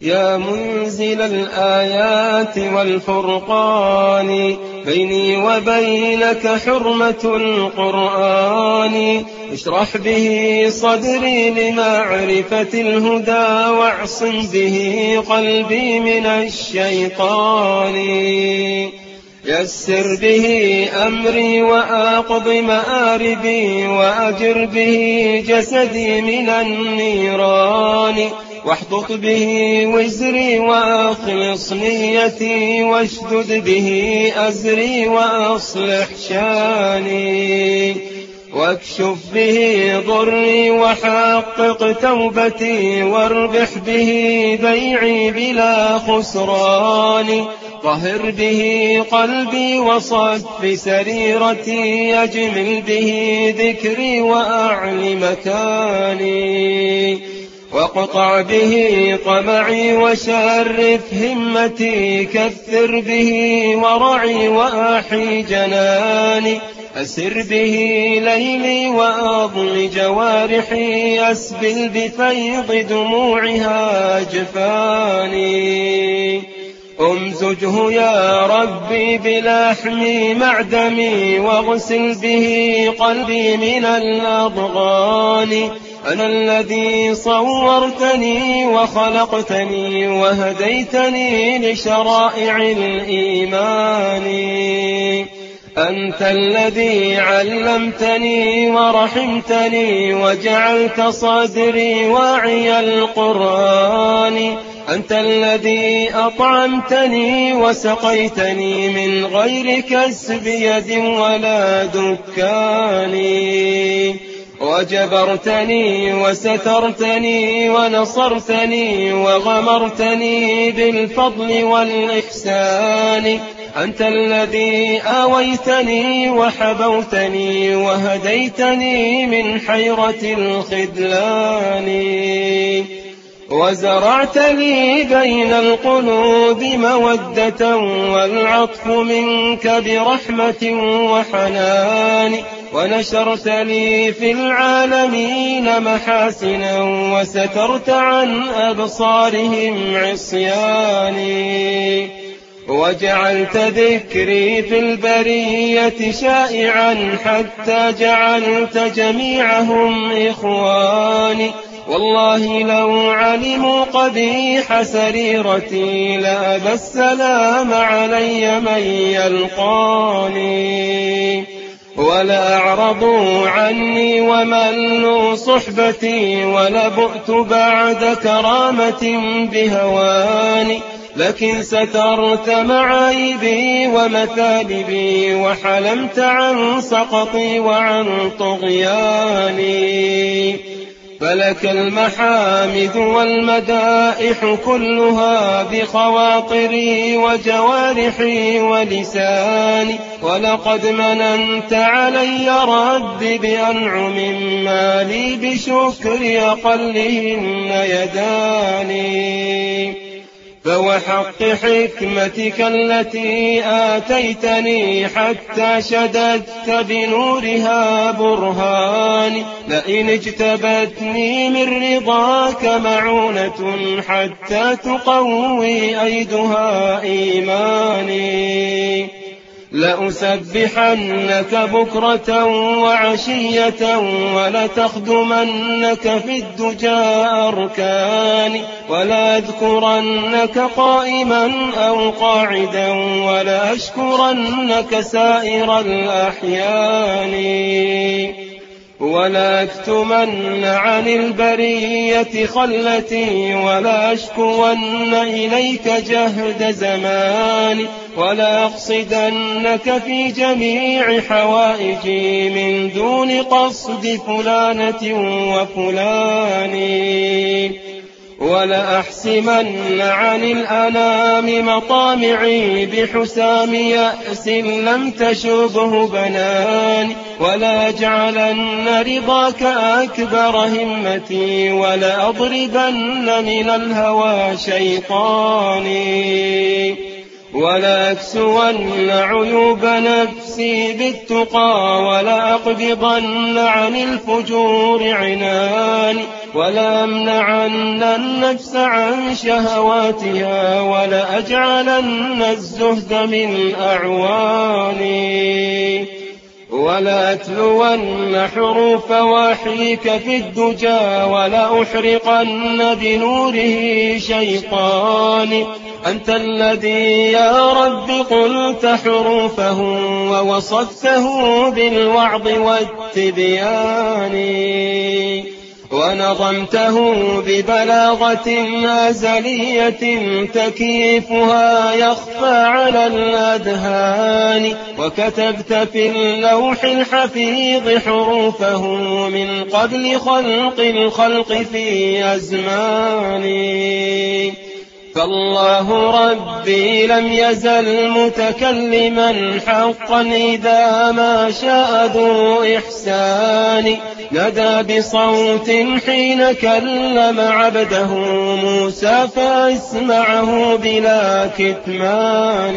يا منزل الآيات والفرقان، بيني وبينك حرمة القرآن. اشرح به صدري لمعرفة الهدى، واعصم به قلبي من الشيطان. يسر به أمري وأقض مآربي، وأجر به جسدي من النيران. واحطط به وزري وأخلص نيتي، واشدد به أزري وأصلح شاني. واكشف به ضري وحقق توبتي، واربح به بيعي بلا خسران. طهر به قلبي وصف سريرتي، أجمل به ذكري وأعل مكاني. واقطع به طمعي وشرف همتي، كثر به ورعي وأحي جناني. أسر به ليلي وأضل جوارحي، أسبل بفيض دموعها جفاني. أمزجه يا ربي بلحم معدمي، واغسل به قلبي من الأضغان. أنا الذي صورتني وخلقتني، وهديتني لشرائع الإيمان. أنت الذي علمتني ورحمتني، وجعلت صدري واعي القرآن. أنت الذي أطعمتني وسقيتني من غير كسب يد ولا دكان. وجبرتني وسترتني ونصرتني، وغمرتني بالفضل والإحسان. أنت الذي آويتني وحبوتني، وهديتني من حيرة الخذلان. وزرعت لي بين القلوب مودة، والعطف منك برحمة وحنان. ونشرت لي في العالمين محاسنا، وسترت عن أبصارهم عصياني. وجعلت ذكري في البرية شائعا، حتى جعلت جميعهم إخواني. والله لو علموا قبيح سريرتي، لأبى السلام علي من يلقاني. ولا أعرضوا عني وملوا صحبتي، ولبؤت بعد كرامة بهواني. لكن سترت معايبي ومثالبي، وحلمت عن سقطي وعن طغياني. فلك المحامد والمدائح كلها، بخواطري وجوارحي ولساني. ولقد مننت علي رب بأنعم، ما لي بشكر أقلهن يداني. فوحق حكمتك التي آتيتني، حتى شددت بنورها برهاني. لئن اجتبتني من رضاك معونة، حتى تقوي أيدها إيماني. لأسبحنك بكرة وعشية، ولتخدمنك في الدجى أركاني. ولأذكرنك قائما أو قاعدا، ولأشكرنك سائر الأحيان. ولا أكتمن عن البرية خلتي، ولا أشكون إليك جهد زماني. ولا أقصدنك في جميع حوائجي، من دون قصد فلانة وفلان. ولأحسمن عن الأنام مطامعي، بحسام يأس لم تشبه بناني. ولا أجعلن رضاك أكبر همتي، ولا أضربن من الهوى شيطاني. ولا أكسون عيوب نفسي بالتقى ولا أقبضن عن الفجور عناني ولا أمنعن النفس عن شهواتها ولا أجعلن الزهد من أعواني ولا أتلون حروف وحيك في الدجى ولا أحرقن بنوره شيطاني أنت الذي يا رب قلت حروفه ووصفته بالوعظ والتبيان ونظمته ببلاغة أزلية تكييفها يخفى على الأذهان وكتبت في اللوح الحفيظ حروفه من قبل خلق الخلق في أزمان فالله ربي لم يزل متكلما حقا إذا ما شاء ذو إحسان ندى بصوت حين كلم عبده موسى فاسمعه بلا كتمان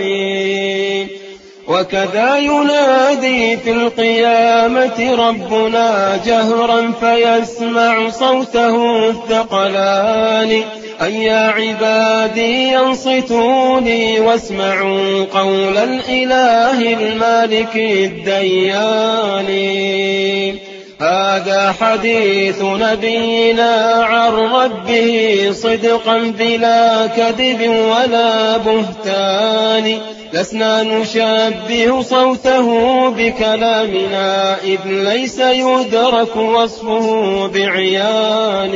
وكذا ينادي في القيامة ربنا جهرا فيسمع صوته الثقلان أن يا عبادي أنصتوني واسمعوا قول الإله المالك الديان هذا حديث نبينا عن ربه صدقا بلا كذب ولا بهتان لسنا نشبه صوته بكلامنا إذ ليس يدرك وصفه بعيان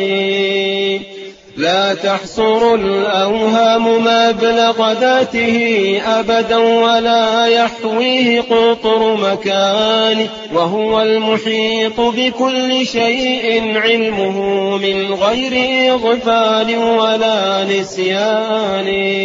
لا تحصر الأوهام مبلغ ذاته أبدا ولا يحويه قطر مكان وهو المحيط بكل شيء علمه من غير إغفال ولا نسيان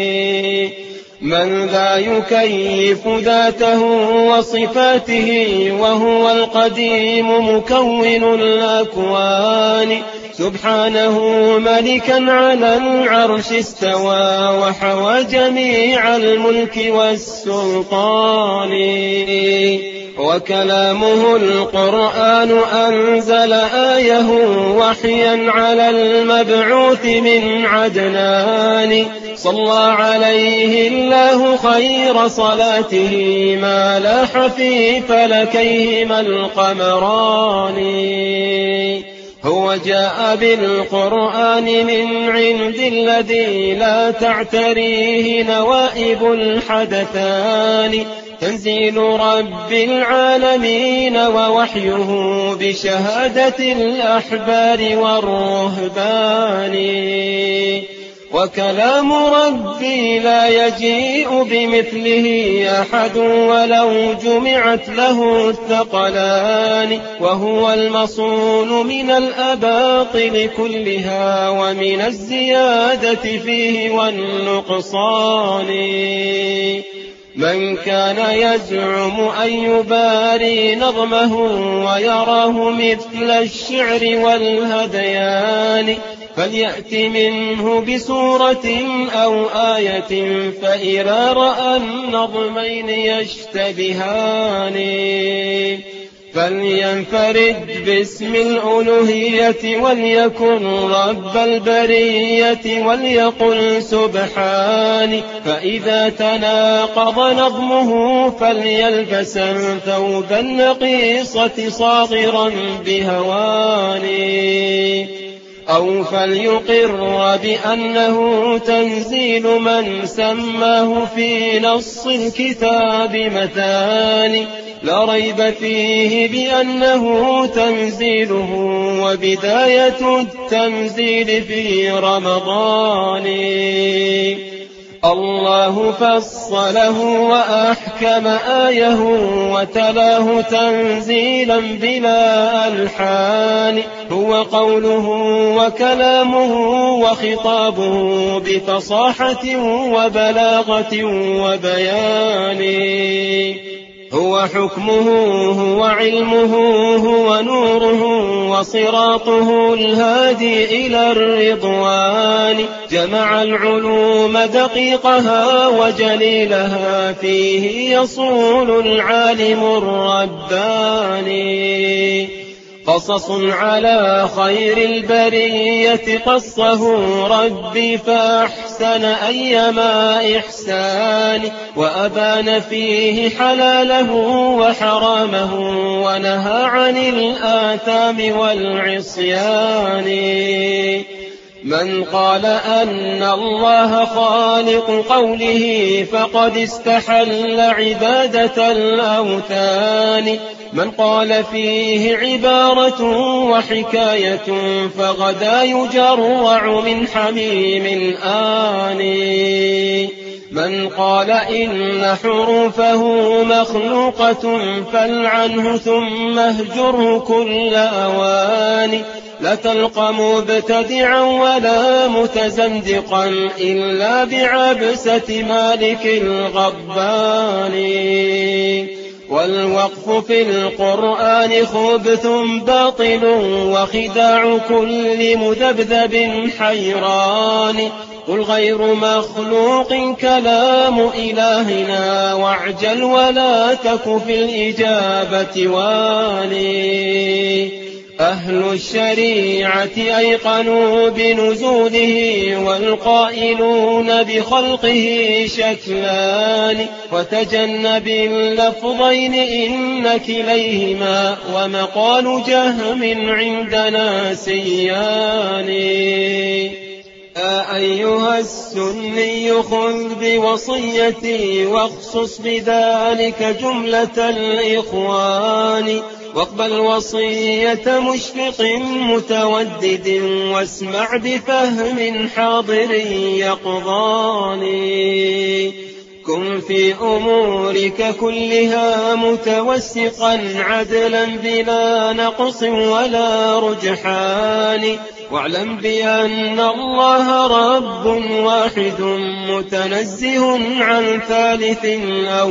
من ذا يكيف ذاته وصفاته وهو القديم مكون الأكوان سبحانه ملكا على العرش استوى وحوى جميع الملك والسلطان وكلامه القرآن أنزل آيه وحيا على المبعوث من عدنان صلى عليه الله خير صلاته ما لاح في فلكيهما القمران هو جاء بالقرآن من عند الذي لا تعتريه نوائب الحدثان تنزيل رب العالمين ووحيه بشهادة الأحبار والرهبان وكلام ربي لا يجيء بمثله أحد ولو جمعت له الثقلان وهو المصون من الأباطل كلها ومن الزيادة فيه والنقصان من كان يزعم أن يباري نظمه ويراه مثل الشعر والهذيان فليأت منه بسورة أو آية فإذا رأى النظمين يشتبهان فلينفرد باسم الألوهية وليكن رب البرية وليقل سبحان فإذا تناقض نظمه فليلبس ثوب النقيصة صاغرا بهوان أو فليقر بأنه تنزيل من سماه في نص الكتاب مثاني لا ريب فيه بأنه تنزيله وبداية التنزيل في رمضان الله فصله وأحكم آيه وتلاه تنزيلا بلا ألحان هو قوله وكلامه وخطابه بفصاحة وبلاغة وبيان هو حكمه هو علمه هو نوره وصراطه الهادي إلى الرضوان جمع العلوم دقيقها وجليلها فيه يصول العالم الرباني قصص على خير البرية قصه ربي فأحسن أيما إحسان وأبان فيه حلاله وحرامه ونهى عن الآثام والعصيان من قال أن الله خالق قوله فقد استحل عبادة الأوثان من قال فيه عبارة وحكاية فغدا يجرع من حميم آني من قال إن حروفه مخلوقة فالعنه ثم اهجره كل أوان لا تلقى مبتدعا ولا متزندقا إلا بعبسة مالك الغبان والوقف في القرآن خبث باطل وخداع كل مذبذب حيران قل غير مخلوق كلام إلهنا واعجل ولا تك في الإجابة والي أهل الشريعة أيقنوا بنزوله والقائلون بخلقه شكلان وتجنب اللفظين إن كليهما ومقال جهم عندنا سيان أيها السني خذ بوصيتي واخصص بذلك جملة الإخوان واقبل وصية مشفق متودد واسمع بفهم حاضر يقظان كن في أمورك كلها متوسقا عدلا بلا نقص ولا رجحان واعلم بأن الله رب واحد متنزه عن ثالث أو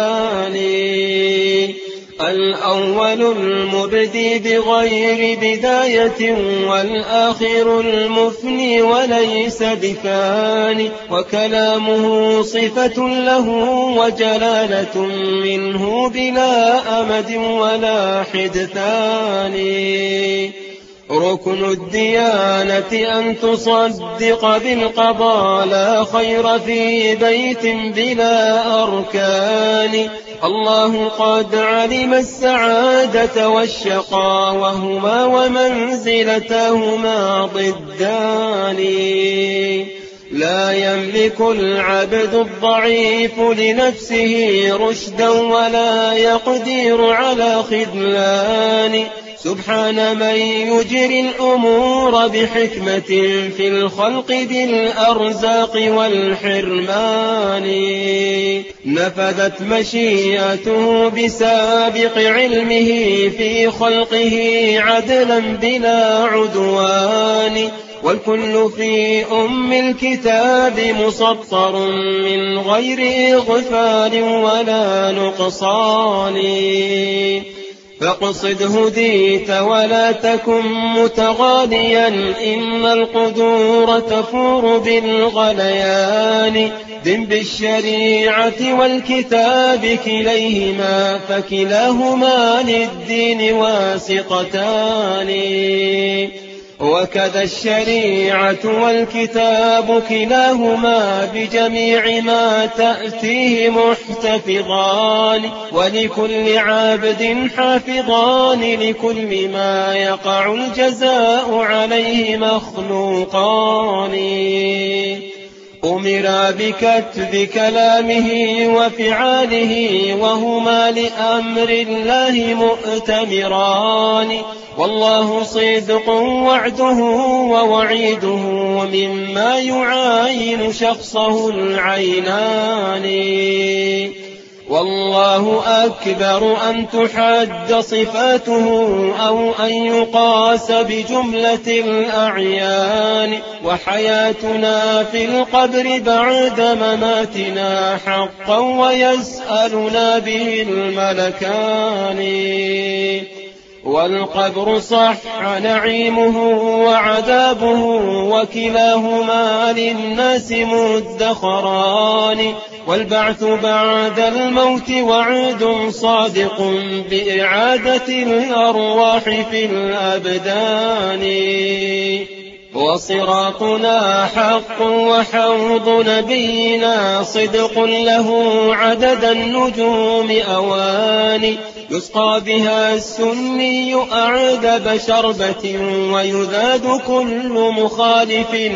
ثاني الأول المبدي بغير بداية والآخر المفني وليس بفاني وكلامه صفة له وجلالة منه بلا أمد ولا حدثان ركن الديانة أن تصدق بالقضاء لا خير في بيت بلا أركان الله قد علم السعادة والشقاء وهما ومنزلتهما ضدان لا يملك العبد الضعيف لنفسه رشدا ولا يقدر على خذلان سبحان من يجري الأمور بحكمة في الخلق بالأرزاق والحرمان نفذت مشيئته بسابق علمه في خلقه عدلا بلا عدوان والكل في أم الكتاب مسطر من غير إغفال ولا نقصان فاقصد هديت ولا تكن متغاليا إن القدور تفور بالغليان دم بالشريعة والكتاب كليهما فكلاهما للدين واسطتان وكذا الشريعة والكتاب كلاهما بجميع ما تأتيه محتفظان ولكل عبد حافظان لكل ما يقع الجزاء عليه مخلوقان أمر بكتب كلامه وفعاله وهما لأمر الله مؤتمران والله صدق وعده ووعيده مما يعاين شخصه العينان والله أكبر أن تحد صفاته أو أن يقاس بجملة الأعيان. وحياتنا في القبر بعد مماتنا حقا ويسألنا به الملكان. والقبر صح نعيمه وعذابه وكلاهما للناس مدخران. والبعث بعد الموت وعد صادق بإعادة الأرواح في الأبدان. وصراطنا حق وحوض نبينا صدق له عدد النجوم أواني. يسقى بها السني أعذب شربة ويذاد كل مخالف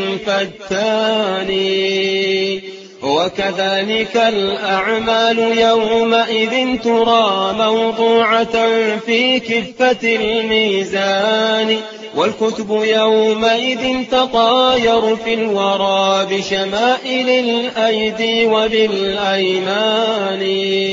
فتان. وكذلك الأعمال يومئذ ترى موضوعة في كفة الميزان. والكتب يومئذ تطاير في الورى بشمائل الأيدي وبالأيمان.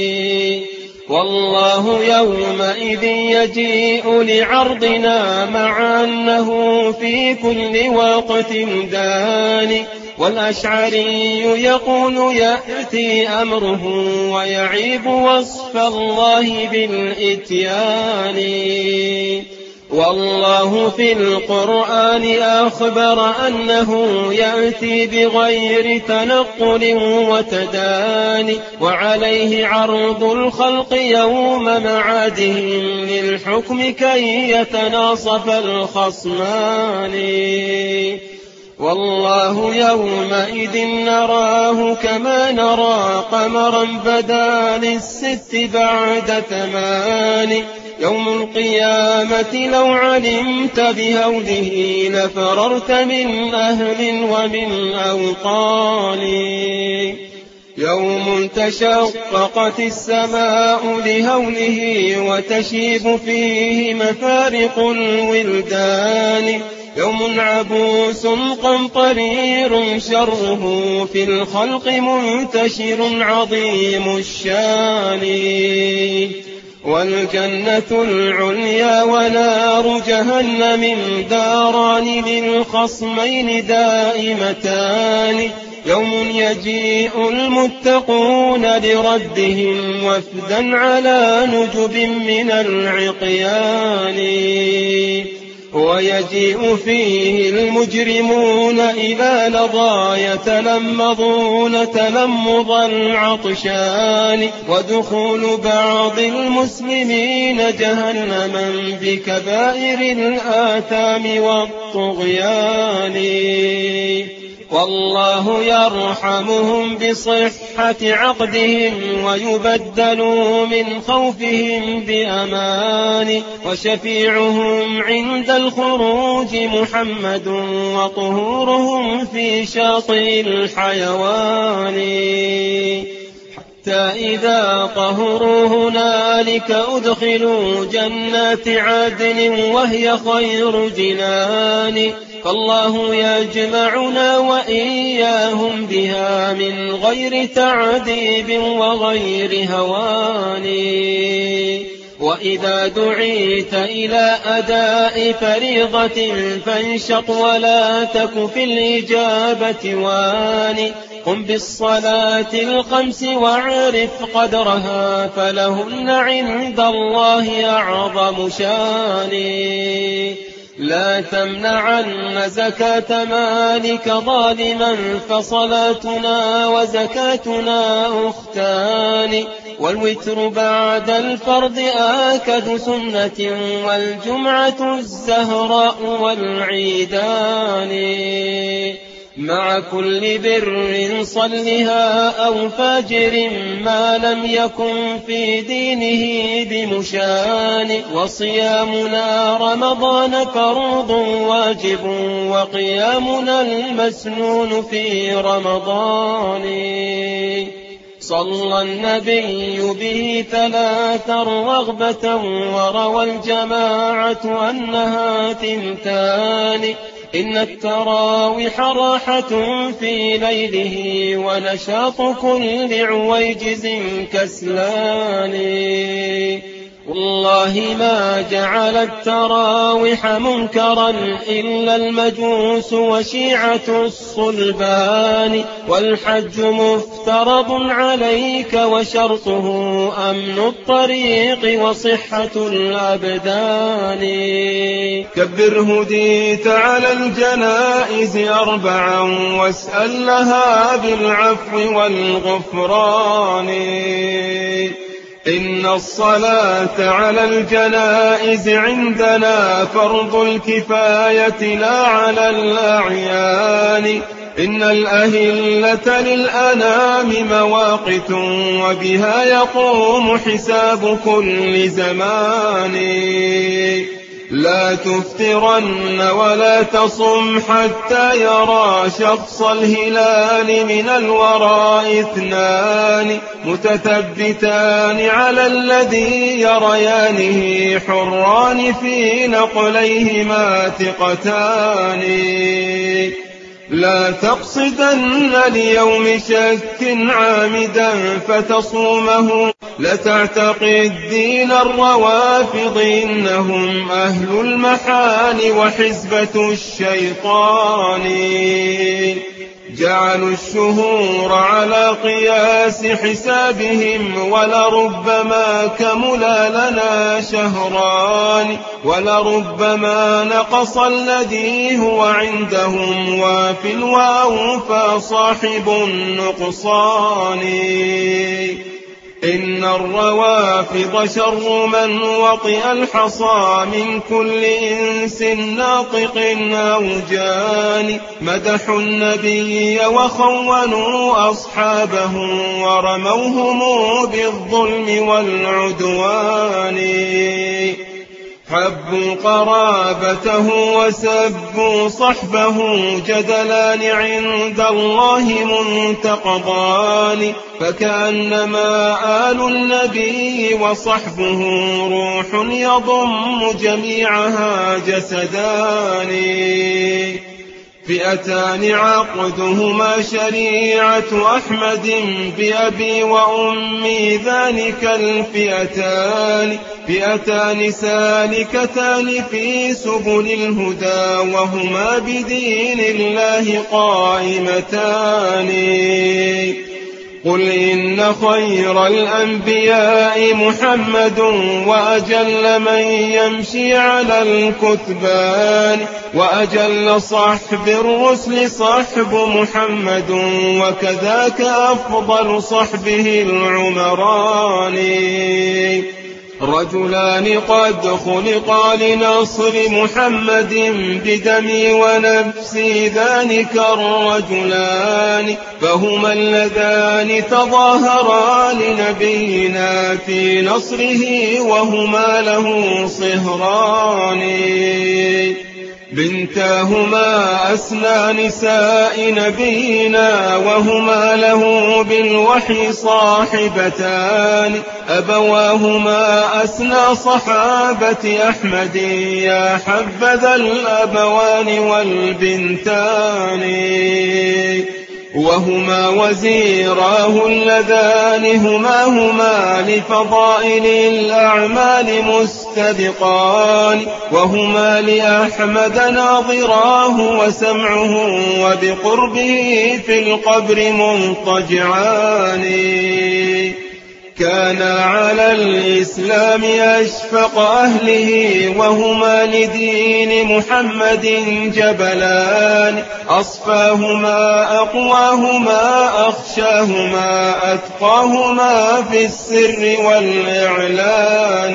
والله يومئذ يجيء لعرضنا مع أنه في كل وقت داني. والأشعري يقول يأتي أمره ويعيب وصف الله بالإتيان. والله في القرآن أخبر أنه يأتي بغير تنقل وتداني. وعليه عرض الخلق يوم معادهم للحكم كي يتناصف الخصمان. والله يومئذ نراه كما نرى قمرا بدا للست بعد 8. يوم القيامة لو علمت بهوله لفررت من أهل ومن أوطان. يوم تشققت السماء لهوله وتشيب فيه مفارق الولدان. يوم عبوس قمطرير شره في الخلق منتشر عظيم الشان. والجنة العليا ونار جهنم داران للخصمين دائمتان. يوم يجيء المتقون لردهم وفدا على نجب من العقيان. ويجيء فيه المجرمون إلى لظى يتلمظون تلمظ العطشان. ودخول بعض المسلمين جهنما بكبائر الآثام والطغيان. والله يرحمهم بصحة عقدهم ويبدلوا من خوفهم بأمان. وشفيعهم عند الخروج محمد وطهورهم في شاطئ الحيوان. حتى إذا طهروا هنالك أدخلوا جنات عدن وهي خير جنان. فالله يجمعنا وإياهم بها من غير تعذيب وغير هوان. وإذا دعيت إلى أداء فريضة فانشط ولا تك في الإجابة وان. قم بالصلاة الخمس واعرف قدرها فلهن عند الله أعظم شان. لا تمنعن زكاة مالك ظالما فصلاتنا وزكاتنا أختان. والوتر بعد الفرض آكد سنة والجمعة الزهراء والعيدان. مع كل بر صلها أو فاجر ما لم يكن في دينه بمشان. وصيامنا رمضان فرض واجب وقيامنا المسنون في رمضان. صلى النبي به 3 رغبة وروى الجماعة أنها 2. إن التراويح راحة في ليله ونشاط كل عويجز كسلان. والله ما جعل التراويح منكرا إلا المجوس وشيعة الصلبان. والحج مفترض عليك وشرطه أمن الطريق وصحة الأبدان. كبر هديت على الجنائز 4 واسأل لها بالعفو والغفران. إن الصلاة على الجنائز عندنا فرض الكفاية لا على الأعيان. إن الأهلة للأنام مواقت وبها يقوم حساب كل زمان. لا تفترن ولا تصم حتى يرى شخص الهلال من الوراء 2 متثبتان على الذي يريانه حران في نقليهما ثقتان. لا تقصدن ليوم شك عامدا فتصومه لتعتقد دين الروافض إنهم أهل المحال وحزبة الشيطان. جعلوا الشهور على قياس حسابهم ولربما كملا لنا شهران ولربما نقص الذي هو عندهم واف وأوفى صاحب النقصان. إن الروافض شر من وطئ الحصى من كل إنس ناطق أو جان. مدحوا النبي وخونوا أصحابه ورموهم بالظلم والعدوان. حبوا قرابته وسبوا صحبه جدلان عند الله منتقضان. فكأنما آل النبي وصحبه روح يضم جميعها جسدان. فئتان عقدهما شريعة أحمد بأبي وأمي ذلك الفئتان. فئتان سالكتان في سبل الهدى وهما بدين الله قائمتان. قل إن خير الأنبياء محمد وأجل من يمشي على الكتبان. وأجل صحب الرسل صحب محمد وكذاك أفضل صحبه العمران. رجلان قد خلقا لنصر محمد بدمي ونفسي ذلك الرجلان. فهما اللذان تظاهرا لنبينا في نصره وهما له صهران. بنتاهما أسنى نساء نبينا وهما له بالوحي صاحبتان. أبواهما أسنى صحابة أحمد يا حبذا الأبوان والبنتان. وهما وزيراه اللذان هما لفضائل الأعمال مستبقان. وهما لأحمد ناظراه وسمعه وبقربه في القبر منطجعان. كان على الإسلام أشفق أهله وهما لدين محمد جبلان. أصفاهما أقواهما أخشاهما أتقاهما في السر والإعلان.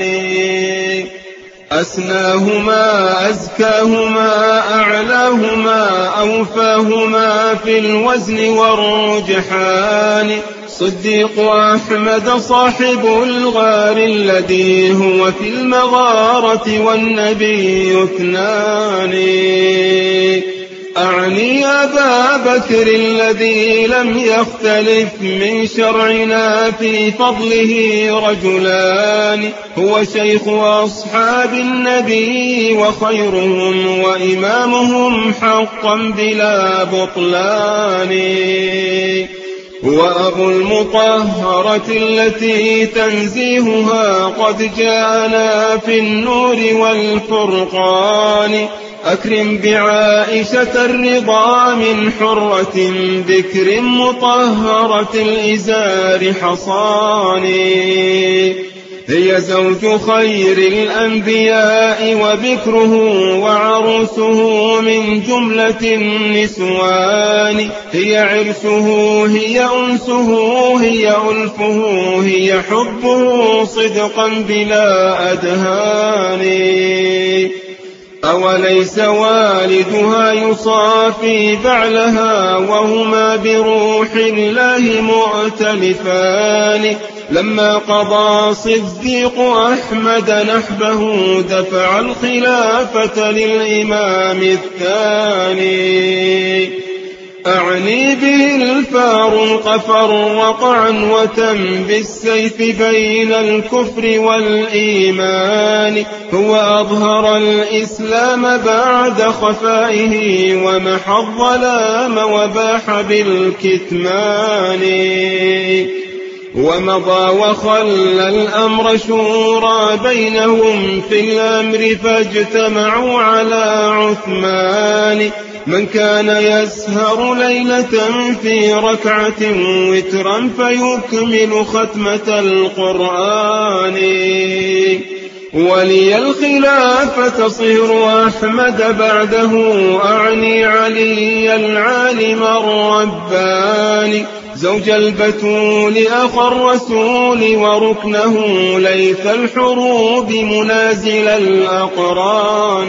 أسناهما أزكاهما أعلاهما أوفاهما في الوزن والرجحان. صديق أحمد صاحب الغار الذي هو في المغارة والنبي 2. أعني أبا بكر الذي لم يختلف من شرعنا في فضله رجلان، هو شيخ أصحاب النبي وخيرهم وإمامهم حقا بلا بطلان، وأبو المطهرة التي تنزيهها قد جاءنا في النور والفرقان. أكرم بعائشة الرضا من حرة بكر مطهرة الإزار حصاني، هي زوج خير الأنبياء وبكره وعروسه من جملة النسوان، هي عرسه هي أنسه هي ألفه هي حبه صدقا بلا أدهان. أوليس والدها يصافي بعلها وهما بروح الله مؤتلفان، لما قضى صديق أحمد نحبه دفع الخلافة للإمام الثاني. أعني به الفاروق فرق عنوة بالسيف بين الكفر والإيمان، هو أظهر الإسلام بعد خفائه ومحى الظلام وباح بالكتمان، ومضى وخلى الأمر شورى بينهم في الأمر فاجتمعوا على عثمان، من كان يسهر ليلة في ركعة وترا فيكمل ختمة القرآن، ولي الخلافة صهر أحمد بعده أعني علي العالم الرباني، زوج البتول أخا الرسول وركنه ليث الحروب منازل الأقران.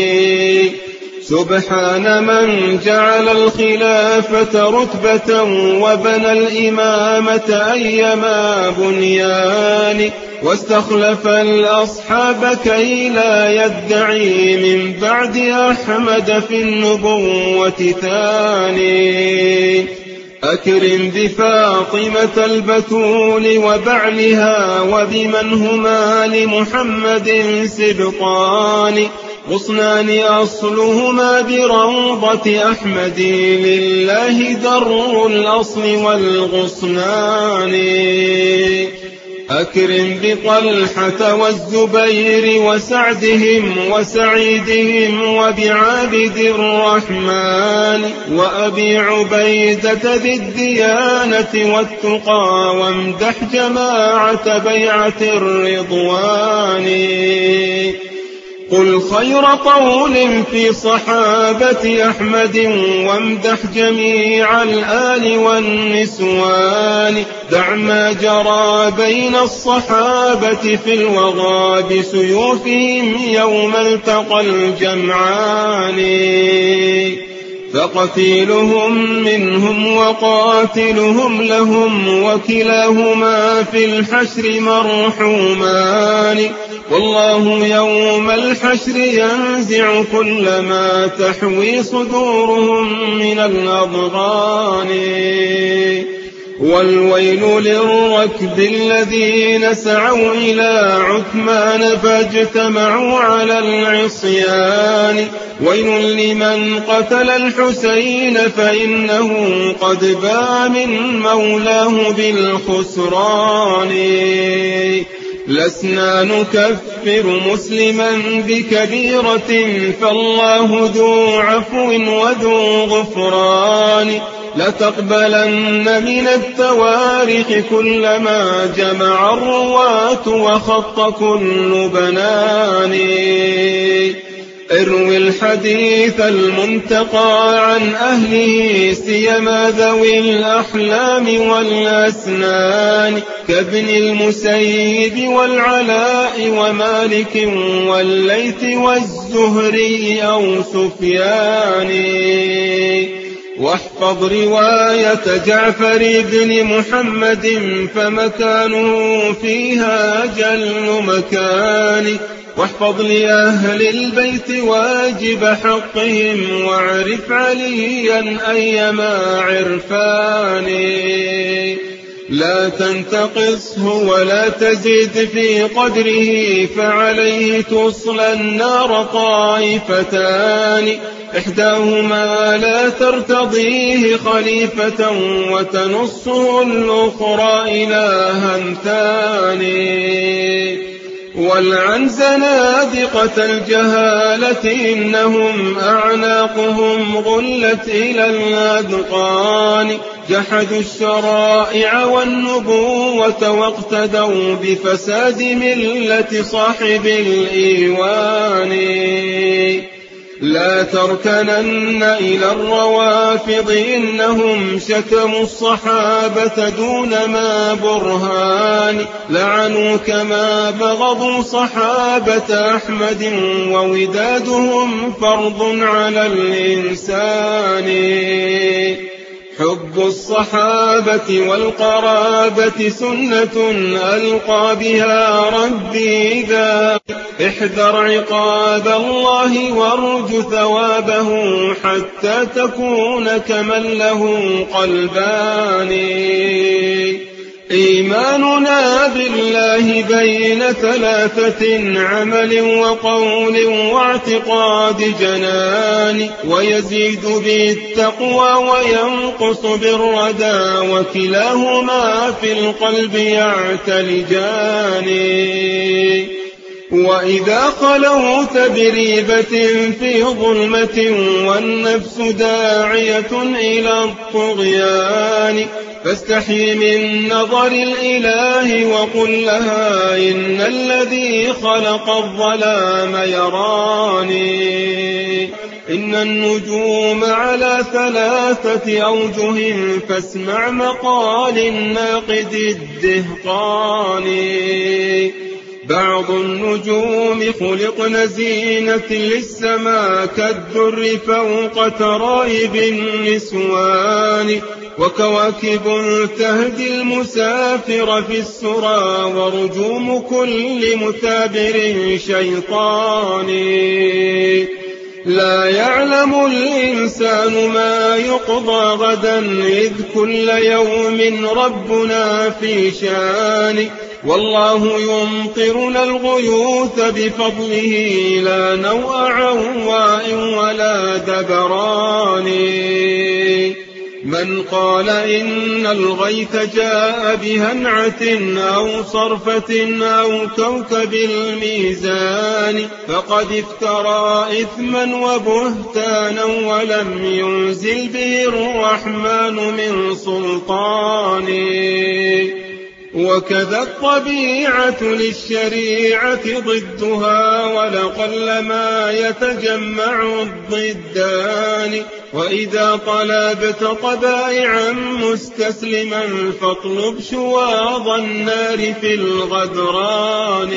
سبحان من جعل الخلافة رتبة وبنى الإمامة أيما بنيان، واستخلف الأصحاب كي لا يدعي من بعد أحمد في النبوة ثاني. أكرم بفاطمة البتول وبعلها وبمن هما لمحمد سبطان، غصنان أصلهما بروضة أحمد لله در الأصل والغصنان. أكرم بطلحة والزبير وسعدهم وسعيدهم وبعابد الرحمن، وأبي عبيدة ذي الديانة والتقى، وامدح جماعة بيعة الرضوان. قل خير قول في صحابة أحمد وامدح جميع الآل والنسوان، دع ما جرى بين الصحابة في الوغى بسيوفهم يوم التقى الجمعان، فقتيلهم منهم وقاتلهم لهم وكلاهما في الحشر مرحومان، والله يوم الحشر ينزع كل ما تحوي صدورهم من الأضغان. والويل للركب الذين سعوا إلى عثمان فاجتمعوا على العصيان، ويل لمن قتل الحسين فإنه قد باء من مولاه بالخسران. لسنا نكفر مسلما بكبيرة فالله ذو عفو وذو غفران، لتقبلن من التواريخ كل ما جمع الرواة وخط كل بنان. اروي الحديث المنتقى عن أهله سيما ذوي الأحلام والأسنان، كابن المسيب والعلاء ومالك والليث والزهري أو سفيان. واحفظ رواية جعفر بن محمد فمكانه فيها جل مكان. واحفظ لأهل البيت واجب حقهم واعرف عليا أيما عرفان. لا تنتقصه ولا تزد في قدره فعليه تصلى النار طائفتان. إحداهما لا ترتضيه خليفة وتنصه الأخرى إلها ثاني. والعن زنادقة الجهالة إنهم أعناقهم غلت إلى الأذقان. جحدوا الشرائع والنبوة واقتدوا بفساد ملة صاحب الإيوان. لا تركنن إلى الروافض إنهم شتموا الصحابة دون ما برهان. لعنوا كما بغضوا صحابة أحمد وودادهم فرض على الإنسان. حب الصحابة والقرابة سنة ألقى بها ربي ذا. احذر عقاب الله وارج ثوابه حتى تكون كمن له قلبان. إيماننا بالله بين ثلاثة عمل وقول واعتقاد جنان. ويزيد بالتقوى وينقص بالردى وكلاهما في القلب يعتلجان. وإذا خلوت بريبة في ظلمة والنفس داعية إلى الطغيان فاستحي من نظر الإله وقل لها إن الذي خلق الظلام يراني. إن النجوم على 3 أوجه فاسمع مقال الناقد الدهقاني. بعض النجوم خلقن زينة للسماء كالدر فوق ترائب النسوان. وكواكب تهدي المسافر في السرى ورجوم كل مثابر شيطاني. لا يعلم الإنسان ما يقضى غدا إذ كل يوم ربنا في شان. والله يمطرنا الغيوث بفضله لا نوء عواء ولا دبران. من قال إن الغيث جاء بهنعة أو صرفة أو كوكب الميزان فقد افترى إثما وبهتانا ولم ينزل به الرحمن من سلطان. وكذا الطبيعة للشريعة ضدها ولقل ما يتجمع الضدان. وإذا طلبت طبائعا مستسلما فاطلب شواظ النار في الغدران.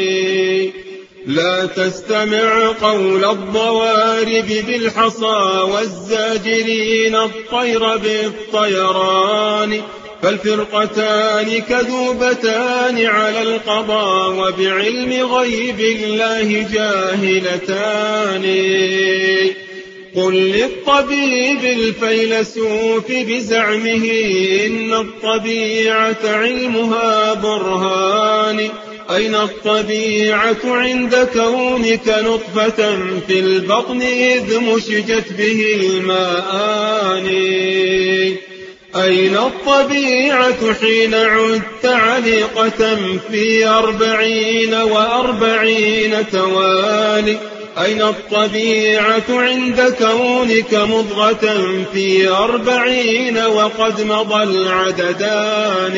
لا تستمع قول الضوارب بالحصى والزاجرين الطير بالطيران فالفرقتان كذوبتان على القضاء وبعلم غيب الله جاهلتان. قل للطبيب الفيلسوف بزعمه إن الطبيعة علمها برهان. أين الطبيعة عند كونك نطفة في البطن إذ مشجت به الماءان. أين الطبيعة حين عدت عليقة في 40 و40 توالي. أين الطبيعة عند كونك مضغة في 40 وقد مضى العددان.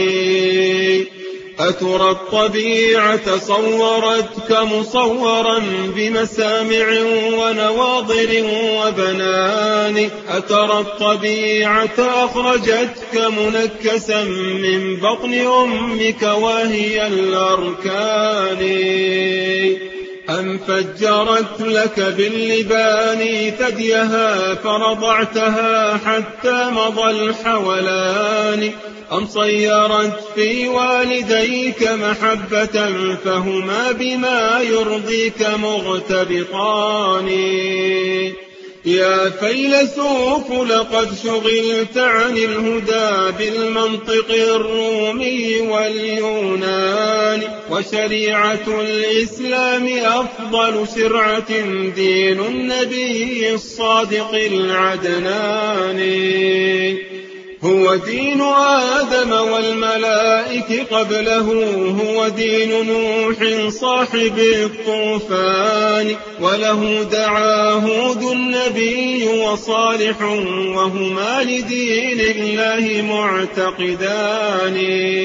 أترى الطبيعة صورتك مصورا بمسامع ونواضر وبنان. أترى الطبيعة أخرجتك منكسا من بطن أمك وهي الأركان. أم فجرت لك باللبان ثديها فرضعتها حتى مضى الحولان أم صيرت في والديك محبة فهما بما يرضيك مغتبطان يا فيلسوف لقد شغلت عن الهدى بالمنطق الرومي واليوناني وشريعة الإسلام أفضل شرعة دين النبي الصادق العدناني هو دين آدم والملائك قبله هو دين نوح صاحب الطوفان وله دعا هود النبي وصالح وهما لدين الله معتقدان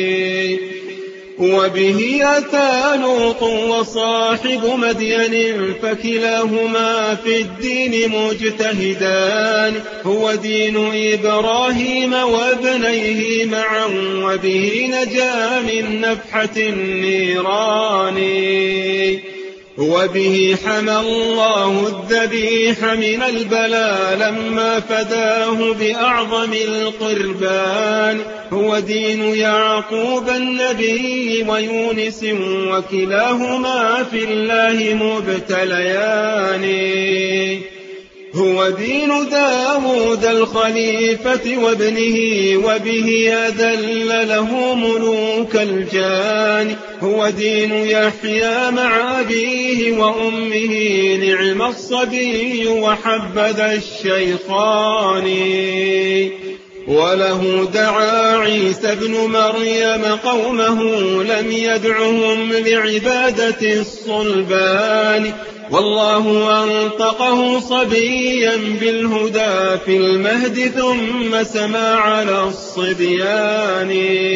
وبه أتى لوط وصاحب مدين فكلاهما في الدين مجتهدان هو دين إبراهيم وابنيه معا وبه نجا من نفحة النيران وبه حمى الله الذبيح من البلاء لما فداه بأعظم القربان هو دين يعقوب النبي ويونس وكلاهما في الله مبتليان هو دين داود الخليفة وابنه وبه أذل له ملوك الجان هو دين يحيى مع أبيه وأمه نعم الصبي وحبذا الشيخان وله دعا عيسى ابن مريم قومه لم يدعهم لعبادة الصلبان والله أنطقه صبيا بالهدى في المهد ثم سما على الصبيان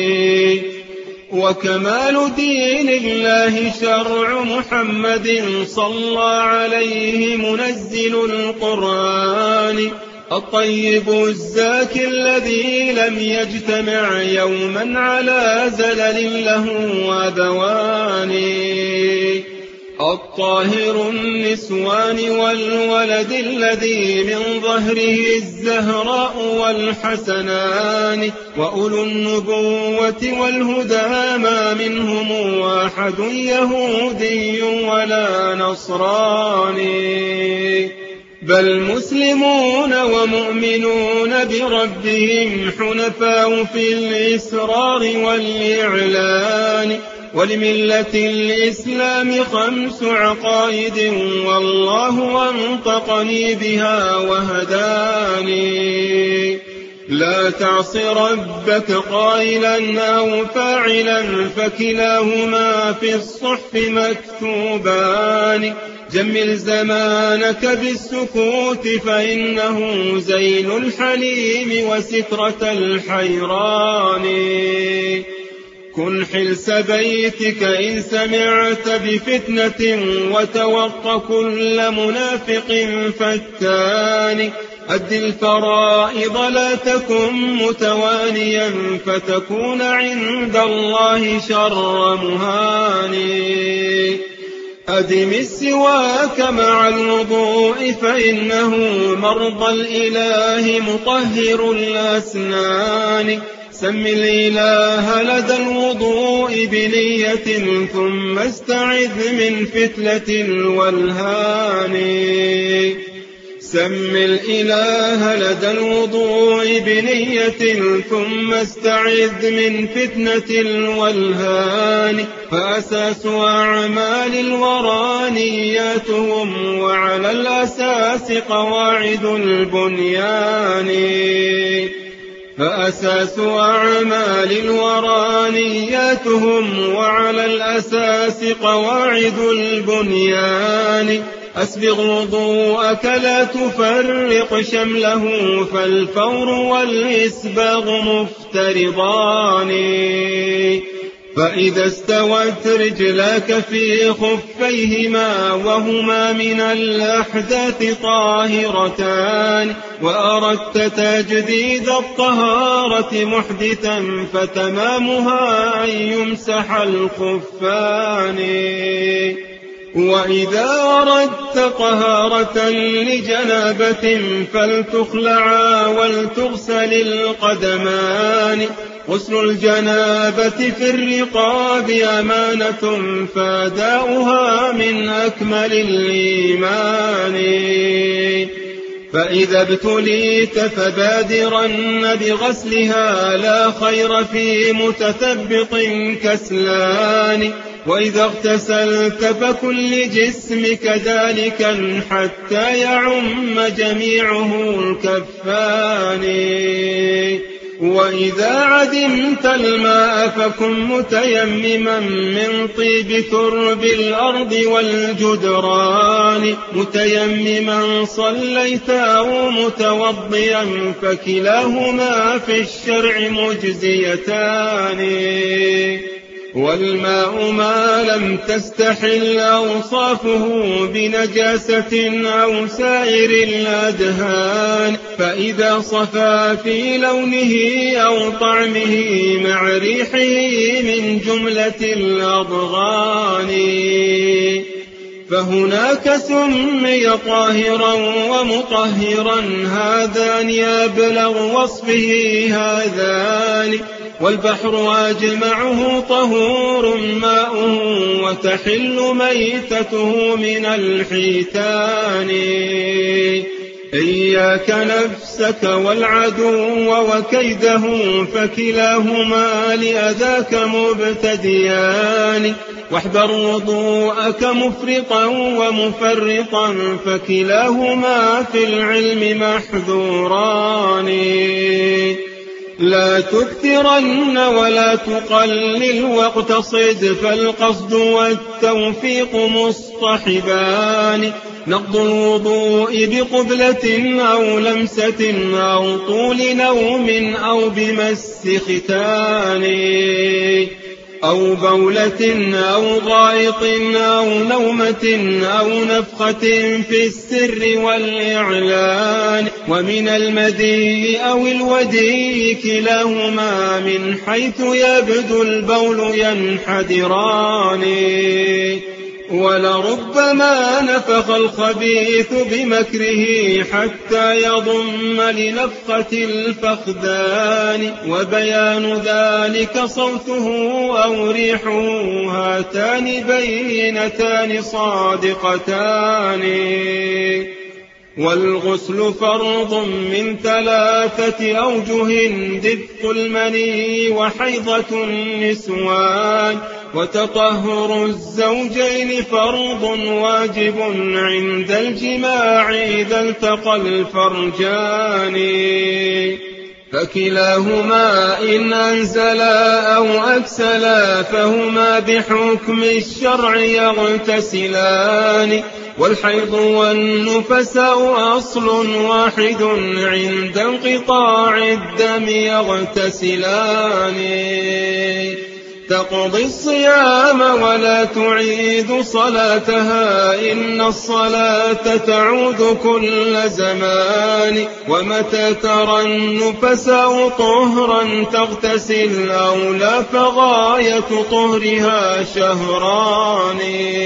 وكمال دين الله شرع محمد صلى عليه منزل القرآن الطيب الزاكي الذي لم يجتمع يوما على زلل له وذوان الطاهر النسوان والولد الذي من ظهره الزهراء والحسنان وأولو النبوة والهدى ما منهم واحد يهودي ولا نصراني بل مسلمون ومؤمنون بربهم حنفاء في الإسرار والإعلان ولملة الإسلام 5 عقائد والله أنطقني بها وهداني لا تعص ربك قائلا أو فاعلا فكلاهما في الصحف مكتوبان جمل زمانك بالسكوت فإنه زين الحليم وسترة الحيران كن حلس بيتك إن سمعت بفتنة وتوق كل منافق فتان أد الفرائض لا تكن متوانيا فتكون عند الله شر مهاني أدم السواك مع الوضوء فإنه مرضى الإله مطهر الأسنان سم الإله لدى الوضوء بنية ثم استعذ من فتلة الولهان سم الإله لدى الوضوء بنية ثم استعذ من فتنة الولهان فأساس أعمال الورى نياتهم وعلى الأساس قواعد البنيان فأساس أعمال الورى نياتهم وعلى الأساس قواعد البنيان أسبغ وضوءك لا تفرق شمله فالفور والإسباغ مفترضان فإذا استوت رجلاك في خفيهما وهما من الأحداث طاهرتان وأردت تجديد الطهارة محدثا فتمامها أن يمسح الخفان وإذا أردت طهارة لجنابة فلتخلعا ولتغسل القدمان. غسل الجنابة في الرقاب أمانة فاداؤها من أكمل الإيمان. فإذا ابتليت فبادرن بغسلها لا خير في متثبط كسلان. وإذا اغتسلت فكن لجسمك ذلكا حتى يعم جميعه الكفان. وإذا عدمت الماء فكن متيمما من طيب ترب الأرض والجدران. متيمما صليت أو متوضيا فكلاهما في الشرع مجزيتان. والماء ما لم تستحل أوصافه بنجاسة أو سائر الأدهان، فإذا صفى في لونه أو طعمه مع ريحه من جملة الأضغان فهناك سمي طاهرا ومطهرا، هذان أبلغ وصفه هذان. والبحر أجمعه طهور ماؤه وتحل ميتته من الحيتان. إياك نفسك والعدو وكيده فكلاهما لأذاك مبتديان. واحذر وضوءك مفرطا ومفرطا فكلاهما في العلم محذوران. لا تكثرن ولا تقلل واقتصد، فالقصد والتوفيق مصطحبان. نقض الوضوء بقبلة أو لمسة أو طول نوم أو بمس ختان أو بولة أو غائط أو نومة أو نفخة في السر والإعلان. ومن المدي أو الودي كلاهما من حيث يبدو البول ينحدران. ولربما نفخ الخبيث بمكره حتى يضم لنفخة الفخذان، وبيان ذلك صوته أو ريحه، هاتان بينتان صادقتان. والغسل فرض من 3 أوجه: دفق المني وحيضة النسوان. وتطهر الزوجين فرض واجب عند الجماع إذا التقى الفرجان، فكلاهما إن أنزلا أو أكسلا فهما بحكم الشرع يغتسلان. والحيض والنفساء أصل واحد عند انقطاع الدم يغتسلان. تقضي الصيام ولا تعيد صلاتها، إن الصلاة تعود كل زمان. ومتى ترى النفساء طهرا تغتسل أو لا فغاية طهرها شهران.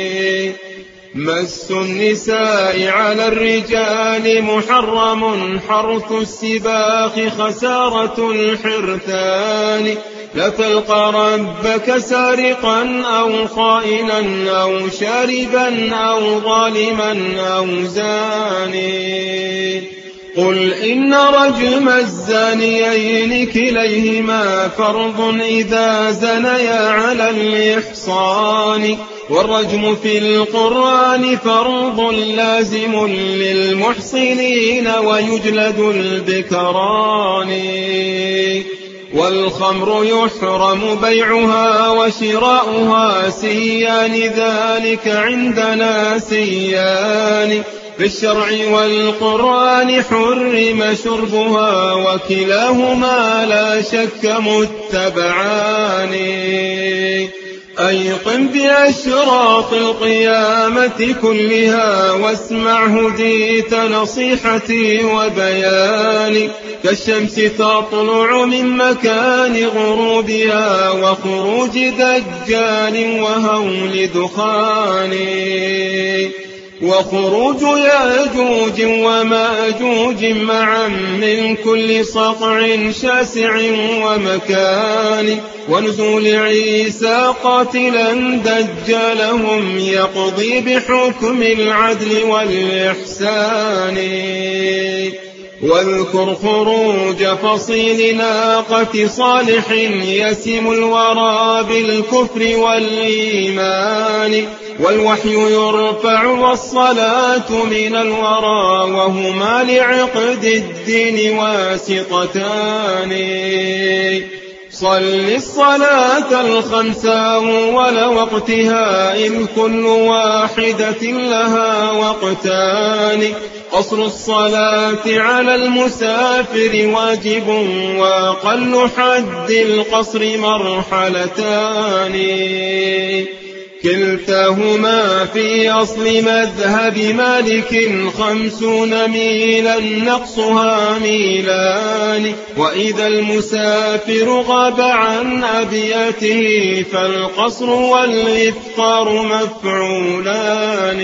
مس النساء على الرجال محرم، حرث السباخ خسارة الحرثان. لا تلقى ربك سارقا أو خائنا أو شاربا أو ظالما أو زاني. قل إن رجم الزانيين كليهما فرض إذا زنيا على الإحصان. والرجم في القرآن فرض لازم للمحصنين ويجلد البكران. والخمر يحرم بيعها وشراؤها، سيان ذلك عندنا سيان. في الشرع والقرآن حرم شربها، وكلاهما لا شك متبعان. أيقن بأشراط القيامة كلها واسمع هديت نصيحتي وبياني. كالشمس تطلع من مكان غروبها وخروج دجال وهول دخان، وخروج ياجوج وماجوج معا من كل صقع شاسع ومكان، ونزول عيسى قاتلا دجالهم يقضي بحكم العدل والإحسان. واذكر خروج فصيل ناقة صالح يسم الورى بالكفر والإيمان، والوحي يرفع والصلاة من الورى وهما لعقد الدين واسطتان. صل الصلاة الخمس أول وقتها إذ كل واحدة لها وقتان. قصر الصلاة على المسافر واجب وأقل حد القصر مرحلتان، كلتاهما في أصل مذهب مالك 50 ميلا نقصها ميلان. وإذا المسافر غاب عن أبيته فالقصر والإفطار مفعولان.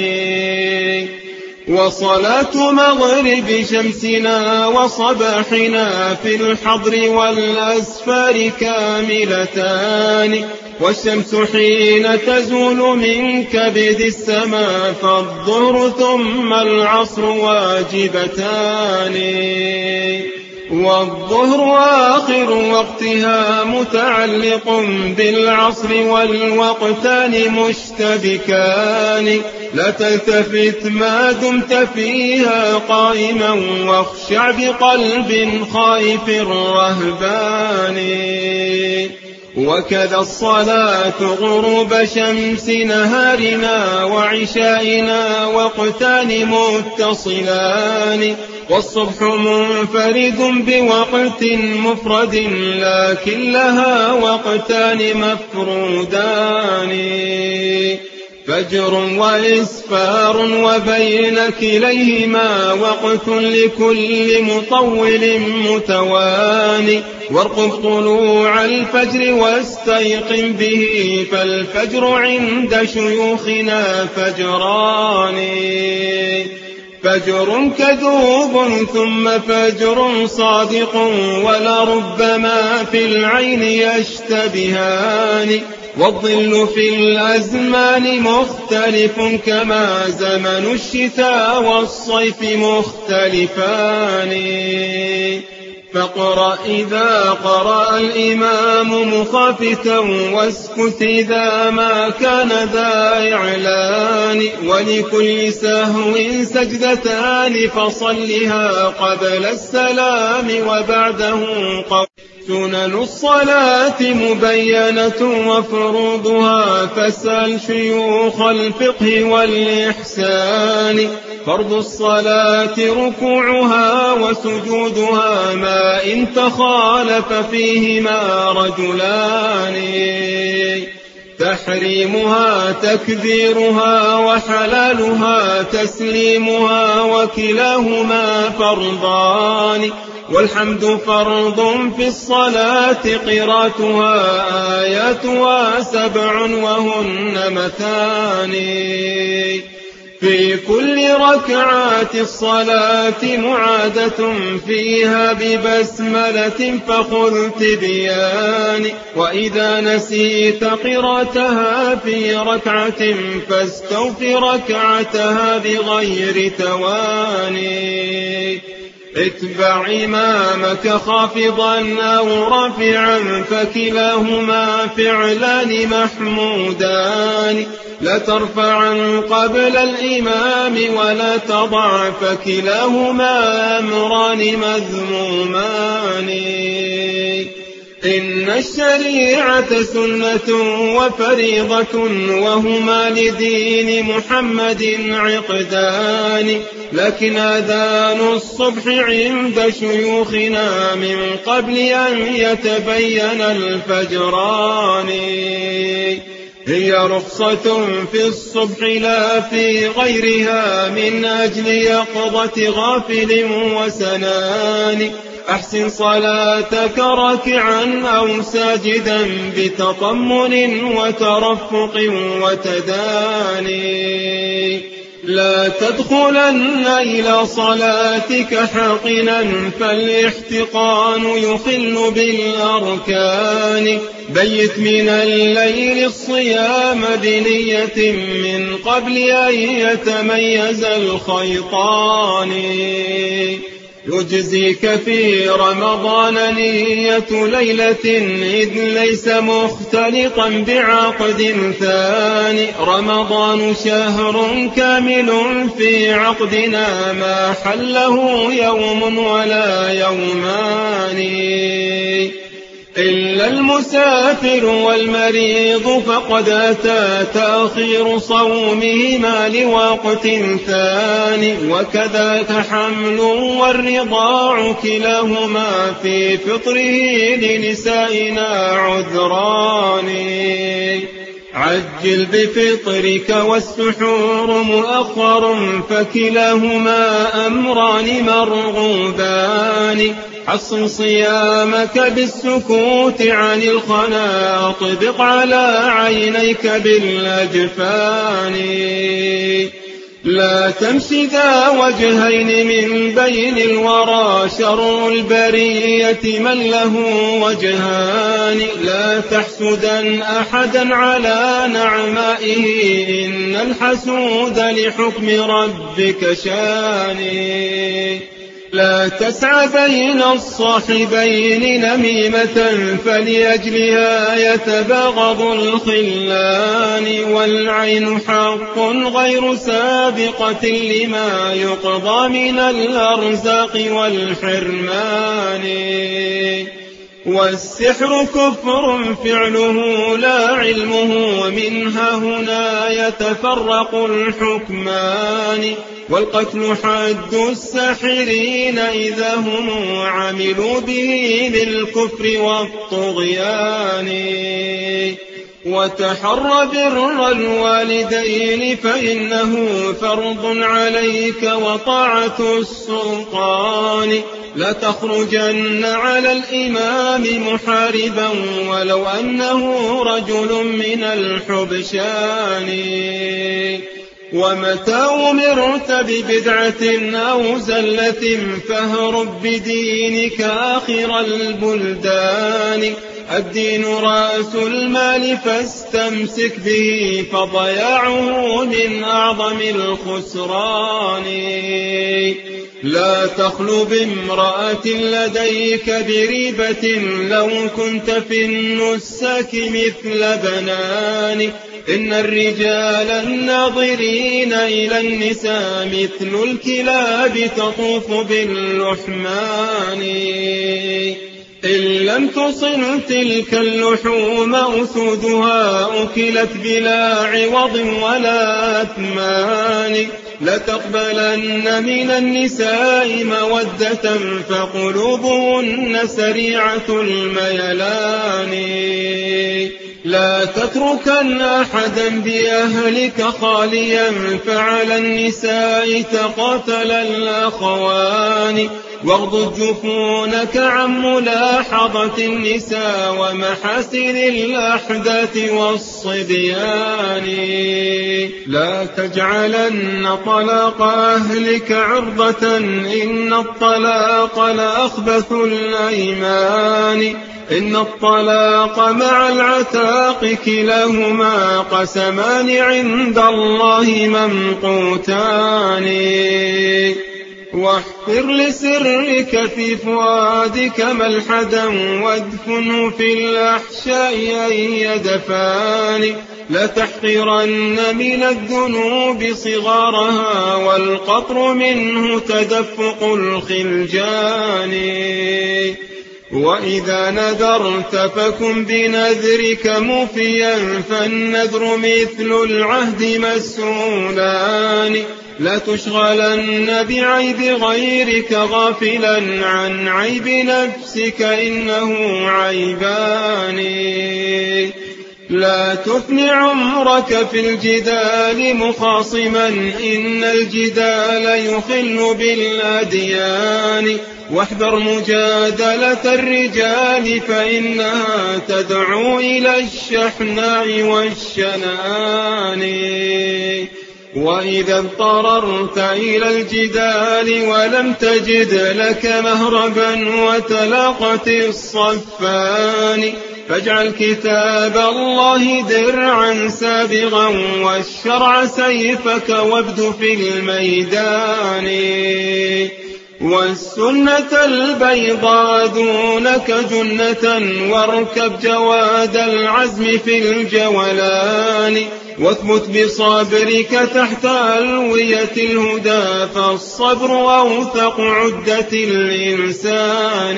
وصلاة مغرب شمسنا وصباحنا في الحضر والأسفار كاملتان، والشمس حين تزول من كبد السماء فالظهر ثم العصر واجبتان. والظهر آخر وقتها متعلق بالعصر والوقتان مشتبكان. لا تلتفت ما دمت فيها قائما واخشع بقلب خائف رهبان. وكذا الصلاة غروب شمس نهارنا وعشائنا وقتان متصلان. والصبح منفرد بوقت مفرد لكن لها وقتان مفرودان. فجر وإسفار وبين كليهما وقت لكل مطول متواني. وارقب طلوع الفجر واستيقن به فالفجر عند شيوخنا فجران. فجر كذوب ثم فجر صادق ولربما في العين يشتبهان. والظل في الأزمان مختلف كما زمن الشتاء والصيف مختلفان. فاقرأ إذا قرأ الإمام مخافتا واسكت إذا ما كان ذا إعلان. ولكل سهو سجدتان فصلها قبل السلام وبعده قبل. سنن الصلاة مبينة وفروضها فاسأل شيوخ الفقه والإحسان. فرض الصلاة ركوعها وسجودها ما إن تخالف فيهما رجلان. تحريمها تكبيرها وحلالها تسليمها وكلاهما فرضان. والحمد فرض في الصلاة قراءتها آياتها 7 وهن مثاني. في كل ركعات الصلاة معادة فيها ببسملة فخذ تبيان. وإذا نسيت قراءتها في ركعة فاستوف ركعتها بغير تواني. اتبع إمامك خافضا أو رافعا فكلاهما فعلان محمودان. لا ترفعا قبل الإمام ولا تضع فكلاهما أمران مذمومان. إن الشريعة سنة وفريضة وهما لدين محمد عقدان. لكن أذان الصبح عند شيوخنا من قبل أن يتبين الفجران. هي رخصة في الصبح لا في غيرها من أجل يقظة غافل وسنان. أحسن صلاتك راكعا أو ساجدا بتطمن وترفق وتداني. لا تدخلن إلى صلاتك حاقنا فالاحتقان يخل بالأركان. بيت من الليل الصيام بنية من قبل أن يتميز الخيطان. يجزيك في رمضان نية ليلة إذ ليس مختلطا بعقد ثاني. رمضان شهر كامل في عقدنا ما حله يوم ولا يومان. إلا المسافر والمريض فقد أتى تأخير صومهما لوقت ثاني. وكذاك حمل والرضاع كلاهما في فطره لنسائنا عذران. عجل بفطرك والسحور مؤخر فكلاهما أمران مرغوبان. حصن صيامك بالسكوت عن الخنا طبق على عينيك بالأجفان. لا تمشي ذا وجهين من بين الورى شر البرية من له وجهان. لا تحسدا أحدا على نعمائه إن الحسود لحكم ربك شاني. لا تسعى بين الصاحبين نميمة فلأجلها يتباغض الخلان. والعين حق غير سابقة لما يقضى من الأرزاق والحرمان. والسحر كفر فعله لا علمه ومنها هنا يتفرق الحكمان. والقتل حد الساحرين إذا هم عملوا به بالكفر والطغيان. وتحر بر الوالدين فإنه فرض عليك وطاعة السلطان. لا تخرجن على الإمام محاربا ولو أنه رجل من الحبشان. ومتى أمرت ببدعة أو زلة فاهرب بدينك آخر البلدان. الدين رأس المال فاستمسك به فضياعه من أعظم الخسران. لا تخلو بامرأة لديك بريبة لو كنت في النسك مثل بنان. إن الرجال الناظرين إلى النساء مثل الكلاب تطوف باللحمان. إن لم تصل تلك اللحوم أسودها أكلت بلا عوض ولا أثمان. لتقبلن من النساء مودة فقلوبهن سريعة الميلان. لا تتركن أحدا بأهلك خاليا فعلى النساء تقاتل الأخوان. واغضض جفونك عن ملاحظة النساء ومحاسن الأحداث والصبيان. لا تجعلن طلاق أهلك عرضة إن الطلاق لأخبث الأيمان. إن الطلاق مع العتاق كلاهما قسمان عند الله ممقوتان. واحفر لسرك في فؤادك ملحدا وادفنه في الأحشاء أن يدفان. لا تحقرن من الذنوب صغارها والقطر منه تدفق الخلجان. وإذا نذرت فكن بنذرك مفيا فالنذر مثل العهد مسؤولان. لا تشغلن بعيب غيرك غافلا عن عيب نفسك إنه عيبان. لا تفني عمرك في الجدال مخاصما، إن الجدال يخل بالأديان. واحذر مجادلة الرجال فإنها تدعو إلى الشحناء والشنآن. وإذا اضطررت إلى الجدال ولم تجد لك مهربا وتلاقت الصفان، فاجعل كتاب الله درعا سابغا والشرع سيفك وابد في الميدان. والسنة البيضاء دونك جنة، واركب جواد العزم في الجولان. واثبت بصبرك تحت ألوية الهدى، فالصبر أوثق عدة الإنسان.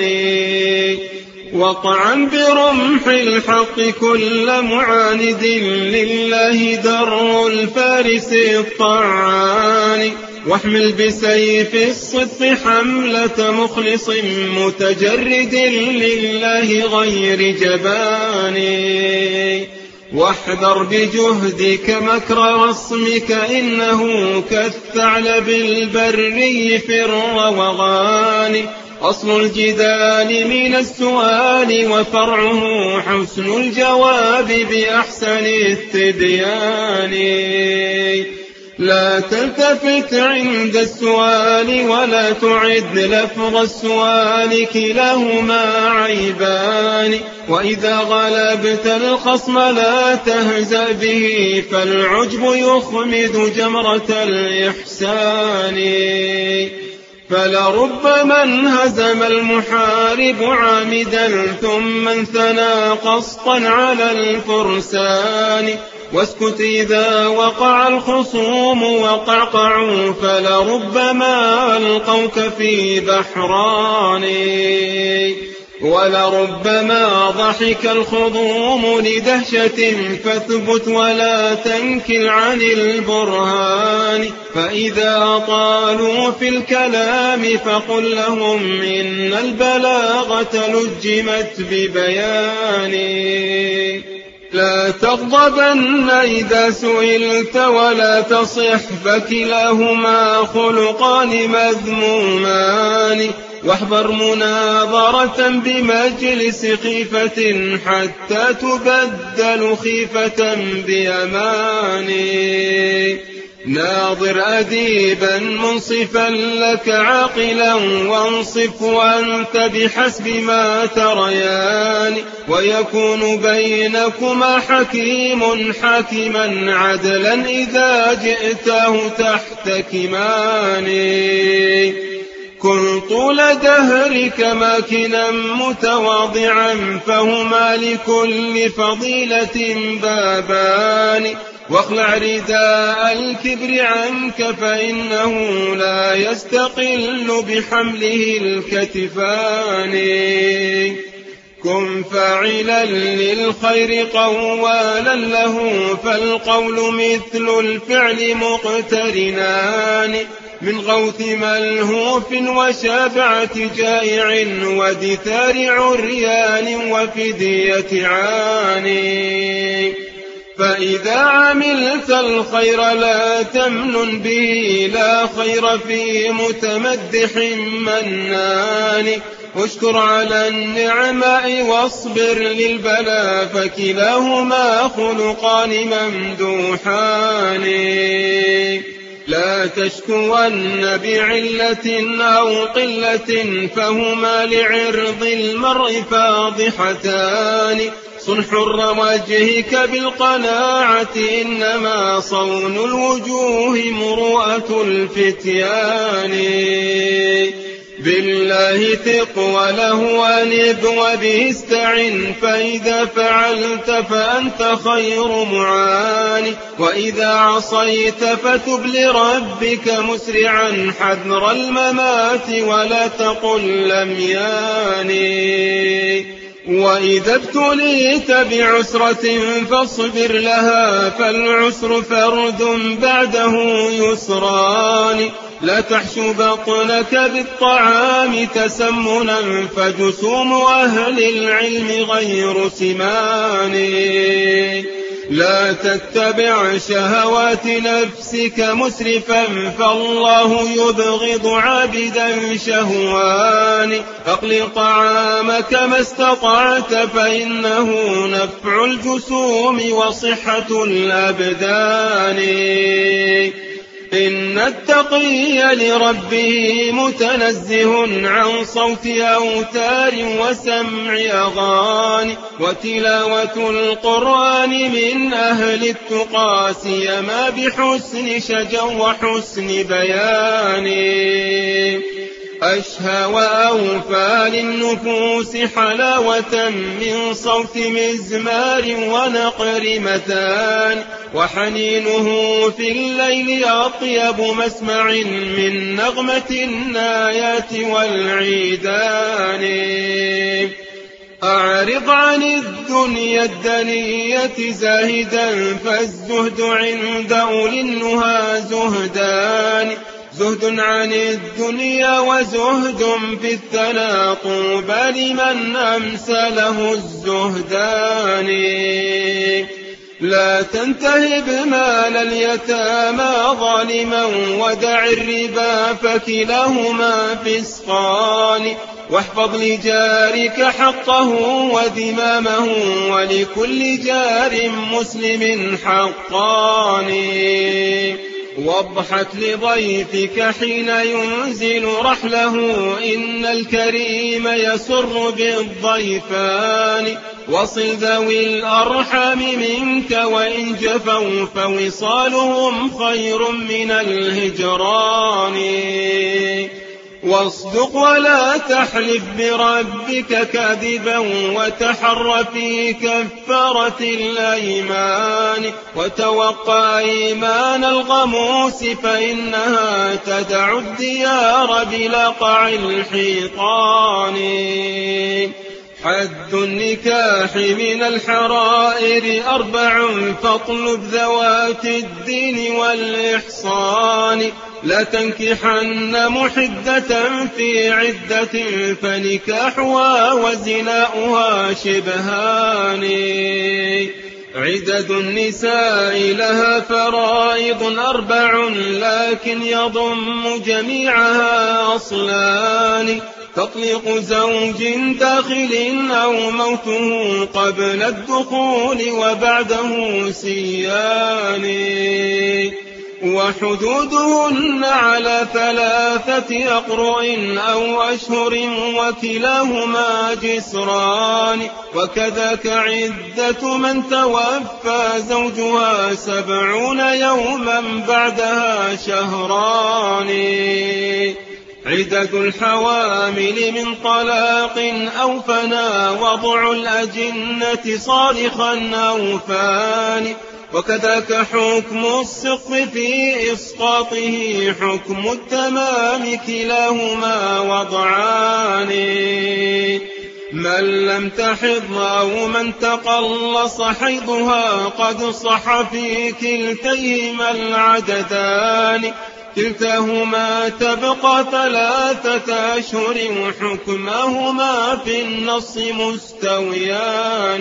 وطعن برمح الحق كل معاند، لله در الفارس الطعان. واحمل بسيف الصدق حملة مخلص متجرد لله غير جبان. واحذر بجهدك مكر رسمك، إنه كالثعلب البري في الروغان. أصل الجدال من السؤال، وفرعه حسن الجواب بأحسن التبيان. لا تلتفت عند السؤال ولا تعد لفظ السؤال، كلاهما عيبان. وإذا غلبت الخصم لا تهزأ به، فالعجب يخمد جمرة الإحسان. فلربما انهزم المحارب عامدا، ثم انثنى قسطا على الفرسان. واسكت إذا وقع الخصوم وقعقعوا، فلربما ألقوك في بحران. ولربما ضحك الخضوم لدهشة، فاثبت ولا تنكل عن البرهان. فإذا طالوا في الكلام فقل لهم إن البلاغة لجمت ببيان. لا تغضبن إذا سئلت ولا تصح، فكلاهما خلقان مذمومان. واحذر مناظرة بمجلس خيفة، حتى تبدل خيفة بأمان. ناظر أديبا منصفا لك عاقلا، وانصف وأنت بحسب ما تريان. ويكون بينكما حكيم حاكما عدلا، إذا جئته تحتكمان. كن طول دهرك ماكنا متواضعا، فهما لكل فضيلة بابان. واخلع رداء الكبر عنك، فإنه لا يستقل بحمله الكتفان. كن فاعلا للخير قوالا له، فالقول مثل الفعل مقترنان. من غوث ملهوف وشبعة جائع، ودثار عريان وفدية عاني. فإذا عملت الخير لا تمنن به، لا خير في متمدح منان. واشكر على النعماء واصبر للبلاء، فكلاهما خلقان ممدوحان. لا تشكون بعلة أو قلة، فهما لعرض المرء فاضحتان. صن حر وجهك بالقناعة، إنما صون الوجوه مروءة الفتيان. بالله ثق وله أنب وبه استعن، فإذا فعلت فأنت خير معان. وإذا عصيت فتب لربك مسرعا، حذر الممات ولا تقل لم ياني. وإذا ابتليت بعسرة فاصبر لها، فالعسر فرد بعده يسران. لا تحشو بطنك بالطعام تسمنا فجسوم أهل العلم غير سمان لا تتبع شهوات نفسك مسرفا فالله يبغض عابدا شهوان أقل طعامك ما استطعت فإنه نفع الجسوم وصحة الأبدان إن التقي لربه متنزه عن صوت أوتار وسمع أغاني وتلاوة القرآن من أهل التقى سيما بحسن شجا وحسن بيان أشهى وأوفى للنفوس حلاوة من صوت مزمار ونقر متان وحنينه في الليل أطيب مسمع من نغمة النايات والعيدان أعرض عن الدنيا الدنية زاهدا فالزهد عند أولي النهى زهدان زهد عن الدنيا وزهد في الثنى طوبى لمن أمسى له الزهدان لا تنتهب مال اليتامى ظالما ودع الربا فكلاهما فسقان واحفظ لجارك حقه وذمامه ولكل جار مسلم حقان واضحك لضيفك حين ينزل رحله إن الكريم يسر بالضيفان وصل ذوي الأرحام منك وإن جفوا فوصالهم خير من الهجران واصدق ولا تحلف بربك كاذبا وتحر في كفارة الأيمان وتوقع أيمان الغموس فإنها تدع الديار بلقع الحيطان حد النكاح من الحرائر 4 فاطلب ذوات الدين والإحصان لا تنكحن محدة في عدة فنكاحها وزناؤها شبهان عدد النساء لها فرائض 4 لكن يضم جميعها أصلان تطلق زوج داخل أو موته قبل الدخول وبعده سيان وحدودهن على 3 أقرؤ أو أشهر وكلاهما جسران وكذاك عدة من توفى زوجها 70 يوما بعدها شهران عدد الحوامل من طلاق أو فنا وضع الأجنة صارخا أو فان وكذاك حكم السقط في إسقاطه حكم التمام كلاهما وضعان من لم تحض أو من تقلص حيضها قد صح في كلتيهما العددان كلتاهما تبقى 3 أشهر وحكمهما في النص مستويان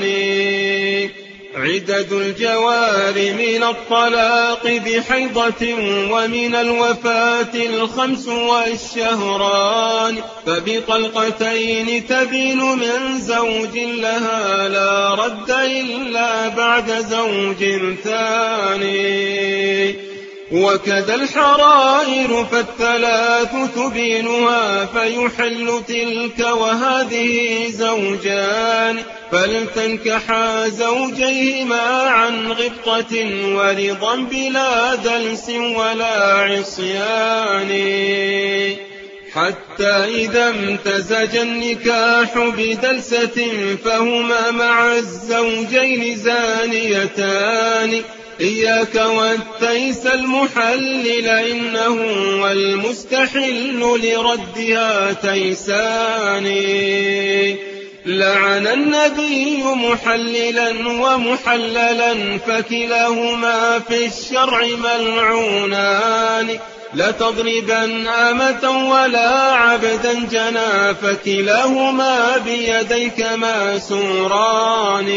عدد الجوار من الطلاق بحيضة ومن الوفاة 5 والشهران فبطلقتين تبين من زوج لها لا رد إلا بعد زوج ثاني وكذا الحرائر 3 تبينها فيحل تلك وهذه زوجان فلتنكحا زوجيهما عن غبطة ورضا بلا دلس ولا عصيان حتى إذا امتزج النكاح بدلسة فهما مع الزوجين زانيتان إياك والتيس المحلل إنه والمستحل لردها تيسان لعن النبي محللا ومحللا فكلاهما في الشرع ملعونان لا تضربن أمة ولا عبدا جنا فكلاهما بيديك ماسوران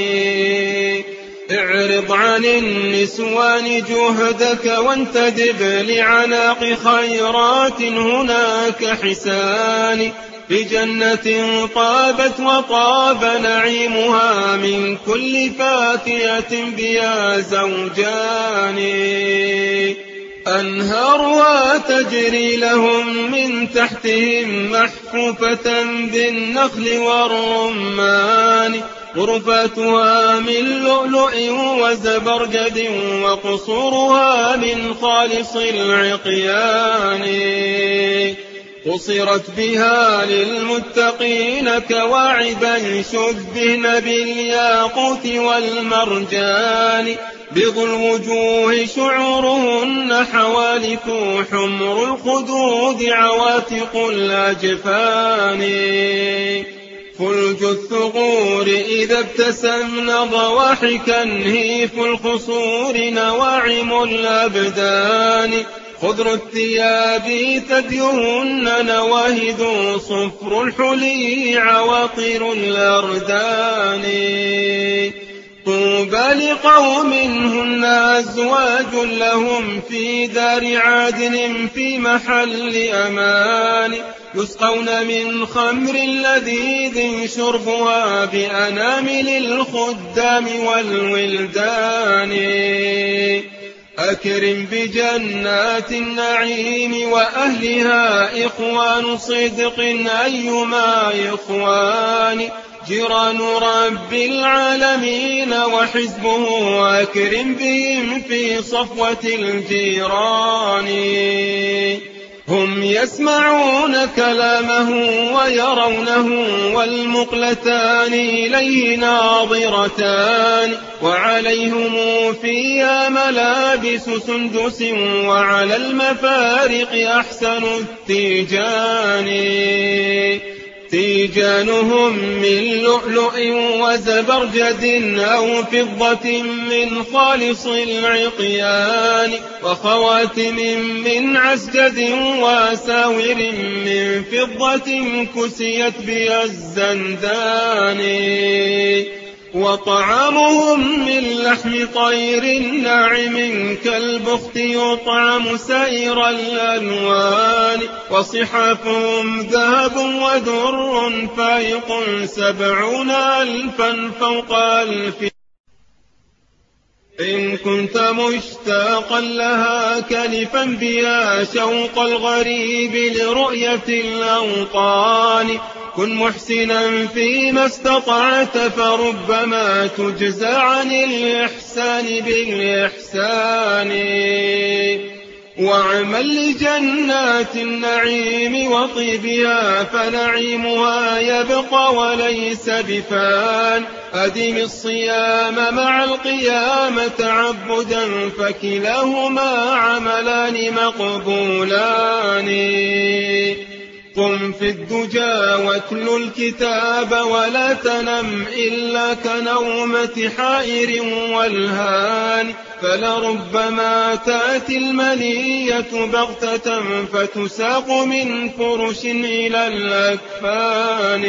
اعرض عن النسوان جهدك وانتدب لعناق خيرات هناك حسان بجنة طابت وطاب نعيمها من كل فاكهة بها زوجان أنهارها تجري لهم من تحتهم محفوفة بالنخل والرمان غرفاتها من لؤلؤ وزبرجد وقصورها من خالص العقيان قصرت بها للمتقين كواعبا شبهن بالياقوت والمرجان بيض الوجوه شعورهن حوالك حمر الخدود عواتق الأجفان فلج الثغور إذا ابتسمن ضواحكا هيف الخصور نواعم الأبدان خضر الثياب ثديهن نواهد صفر الحلي عواطر الأردان طوبى لقوم هن أزواج لهم في دار عدن في محل أمان يسقون من خمر لذيذ شربها بأنامل الخدام والولدان أكرم بجنات النعيم وأهلها إخوان صدق أيما إخوان جيران رب العالمين وحزبه أكرم بهم في صفوة الجيران هم يسمعون كلامه ويرونه والمقلتان إليه ناظرتان وعليهم فيها ملابس سندس وعلى المفارق أحسن التيجان تيجانهم من لؤلؤ وزبرجد أو فضة من خالص العقيان وخواتم من عسجد واساور من فضة كسيت بها الزندان وطعامهم من لحم طير ناعم كالبخت يطعم سائر الألوان وصحافهم ذهب ودر فائق 70,000 فوق 1000 إن كنت مشتاقا لها كلفا بها شوق الغريب لرؤية الأوطان كن محسنا فيما استطعت فربما تجزى عن الإحسان بالإحسان واعمل لجنات النعيم وطيبها فنعيمها يبقى وليس بفان أدم الصيام مع القيام تعبدا فكلاهما عملان مقبولان قم في الدجى واتل الكتاب ولا تنم إلا كنومة حائر والهان فلربما تأتي المنية بغتة فتساق من فرش إلى الأكفان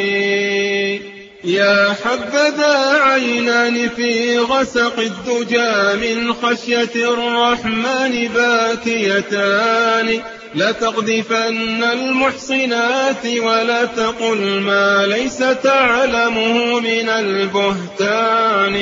يا حبذا عينان في غسق الدجى من خشية الرحمن باكيتان لا تقذفن المحصنات ولا تقل ما ليس تعلمه من البهتان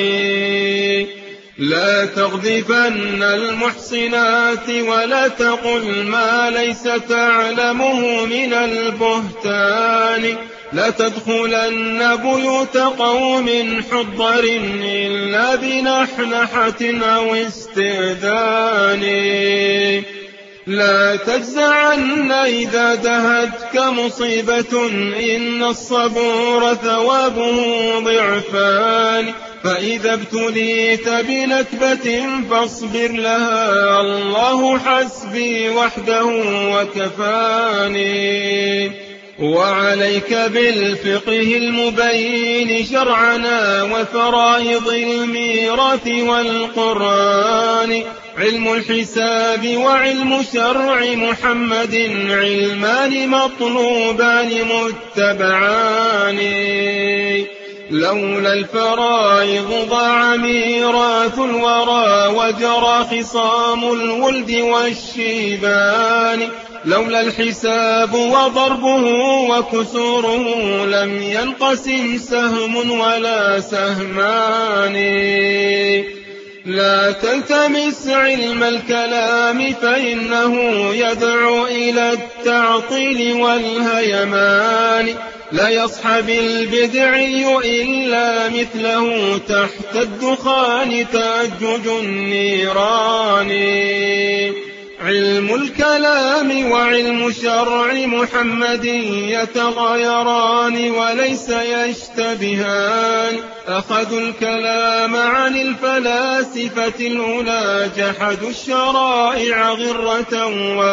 لا تقذفن المحصنات ولا تقل ما ليس تعلمه من البهتان لا تدخلن بيوت قوم حضر إلا بنحنحة أو استئذان لا تجزعن إذا دهتك مصيبة إن الصبور ثوابه ضعفان فإذا ابتليت بنكبة فاصبر لها الله حسبي وحده وكفاني وعليك بالفقه المبين شرعنا وفرائض الميراث والقرآن. علم الحساب وعلم شرع محمد علمان مطلوبان متبعان. لولا الفرائض ضاع ميراث الورى وجرى خصام الولد والشيبان. لولا الحساب وضربه وكسوره لم ينقسم سهم ولا سهمان. لا تلتمس علم الكلام فإنه يدعو إلى التعطيل والهيمان. لا يصحب البدعي إلا مثله تحت الدخان تأجج النيران. علم الكلام وعلم شرع محمد يتغايران وليس يشتبهان. أخذوا الكلام عن الفلاسفة الأولى جحدوا الشرائع غرة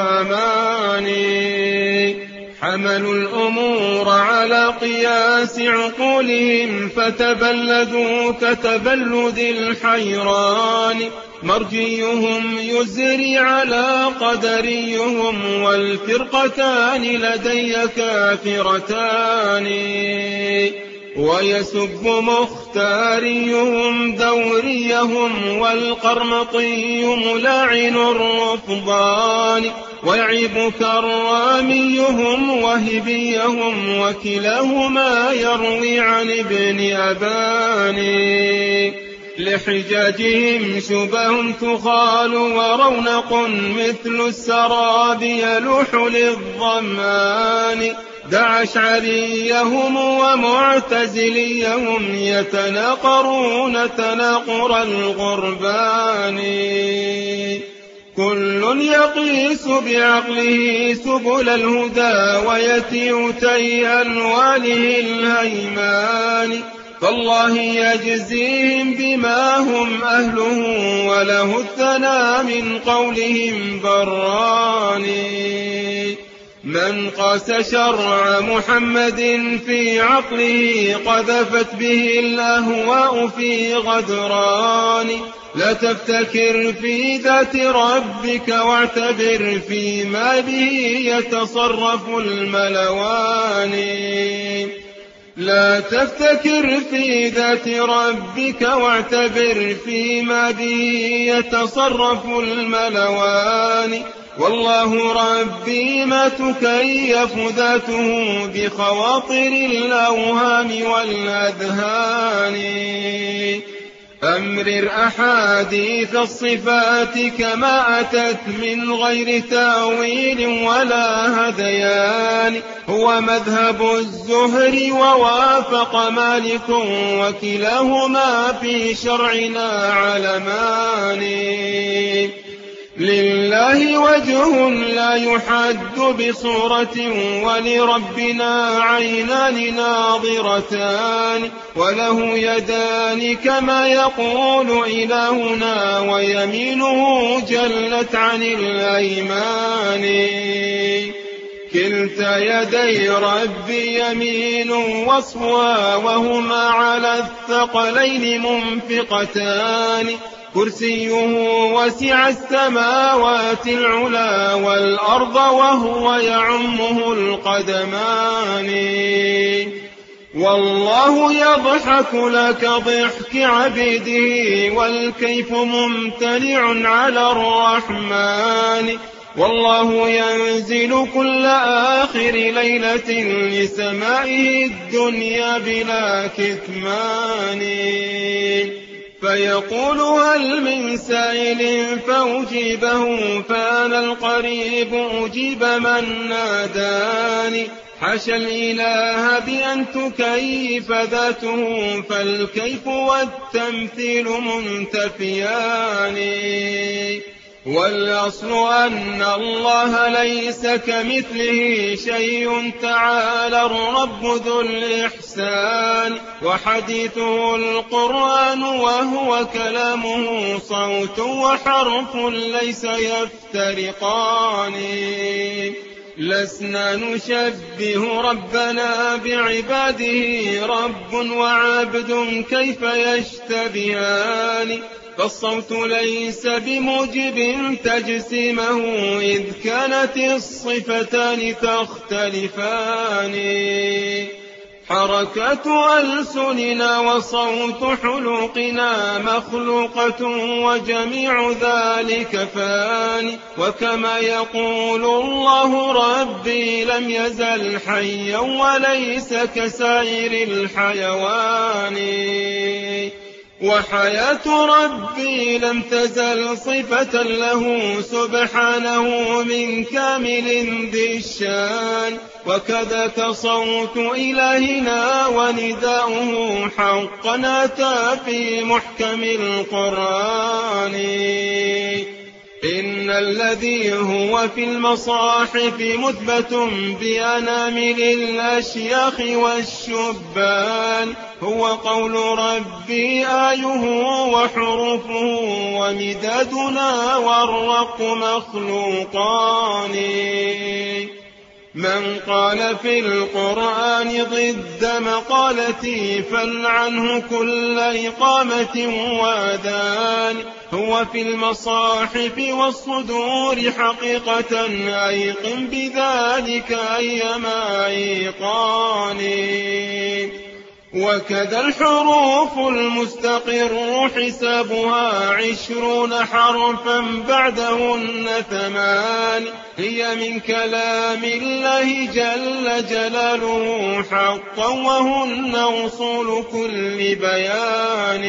وأماني. حملوا الأمور على قياس عقولهم فتبلدوا كتبلد الحيران. مرجيهم يزري على قدريهم والفرقتان لدي كافرتان. ويسب مختاريهم دوريهم والقرمطي ملاعن الرفضان. ويعيب كراميهم وهبيهم وكلاهما يروي عن ابن أبان. لحجاجهم شبه تخال ورونق مثل السراب يلوح للظمان. دع أشعريهم ومعتزليهم يتناقرون تناقر الغربان. كل يقيس بعقله سبل الهدى ويتيء تيء ألوانه الهيمان. فالله يجزيهم بما هم أهله وله الثنى من قولهم بران. من قاس شرع محمد في عقله قذفت به الأهواء في غدران. لا تفتكر في ذات ربك واعتبر فيما به يتصرف الملوان. لا تفتكر في ذات ربك واعتبر فيما به يتصرف الملوان. والله ربي ما تكيف ذاته بخواطر الأوهام والأذهان. أمرر أحاديث الصفات كما أتت من غير تأويل ولا هذيان. هو مذهب الزهري ووافق مالك وكلاهما في شرعنا علمان. لله وجه لا يحد بصورة ولربنا عينان ناظرتان. وله يدان كما يقول إلهنا ويمينه جلت عن الأيمان. كلتا يدي ربي يمين وصفها وهما على الثقلين منفقتان. كرسيه وسع السماوات العلا والأرض وهو يعمه القدمان. والله يضحك لك ضحك عبده والكيف ممتنع على الرحمن. والله ينزل كل آخر ليلة لسمائه الدنيا بلا كتمان. فيقول هل من سائل فأجيبه فأنا القريب أجيب من ناداني. حاشا الإله بأن تكيف ذاته فالكيف والتمثيل منتفيان. والأصل أن الله ليس كمثله شيء تعالى الرب ذو الإحسان. وحديثه القرآن وهو كلامه صوت وحرف ليس يفترقان. لسنا نشبه ربنا بعباده، رب وعبد كيف يشتبهان؟ فالصوت ليس بموجب تجسيمه، إذ كانت الصفتان تختلفان. حركة ألسننا وصوت حلقنا مخلوقة، وجميع ذلك فان. وكما يقول الله ربي لم يزل حيا وليس كسائر الحيوان، وحياة ربي لم تزل صفة له سبحانه من كامل ذي الشان. وكذاك صوت إلهنا ونداؤه حقا أتى في محكم القرآن. إن الذي هو في المصاحف مثبت بأنامل الأشياخ والشبان، هو قول ربي آيه وحروفه، ومدادنا والرق مخلوقان. من قال في القرآن ضد مقالتي فلعنه كل إقامة وأذان. هو في المصاحف والصدور حقيقة، أيقن بذلك أيما أيقان. وكذا الحروف المستقر حسابها 20 حرفا بعدهن 8، هي من كلام الله جل جلاله حقا، وهن أصول كل بيان.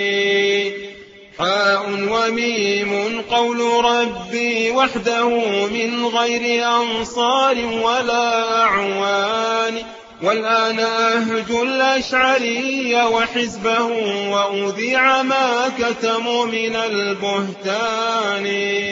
حاء وميم قول ربي وحده من غير أنصار ولا أعوان. والآن أهج الأشعري وحزبه، وأذيع ما كتموا من البهتان.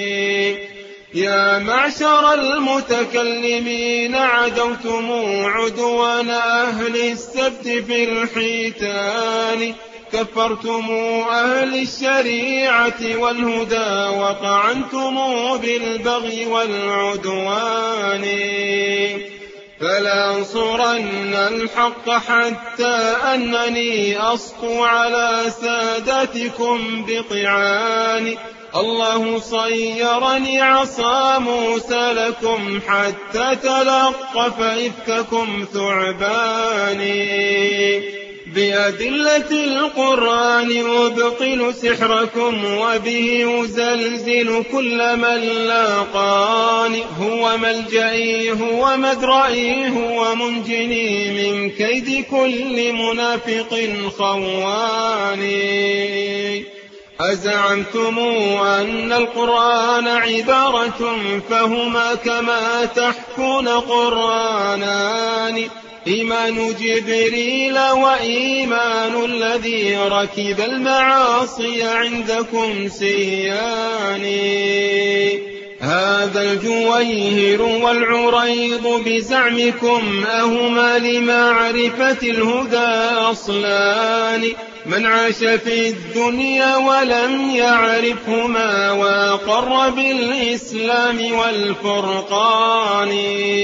يا معشر المتكلمين عدوتم عدوان أهل السبت في الحيتان، كفرتم أهل الشريعة والهدى، وطعنتم بالبغي والعدوان. فلأنصرن الحق حتى أنني أسطو على سادتكم بطعان. الله صيرني عصا موسى لكم حتى تلقف إفككم ثعباني. بأدلة القرآن أبطل سحركم، وبه أزلزل كل من لاقاني. هو ملجئي هو مدرئي هو منجني من كيد كل منافق خواني. أزعمتم أن القرآن عبارة، فهما كما تحكون قرآنان. إيمان جبريل وإيمان الذي ركب المعاصي عندكم سيان. هذا الجويهر والعريض بزعمكم أهما لمعرفة الهدى أصلان. من عاش في الدنيا ولم يعرفهما وقر بالإسلام والفرقان.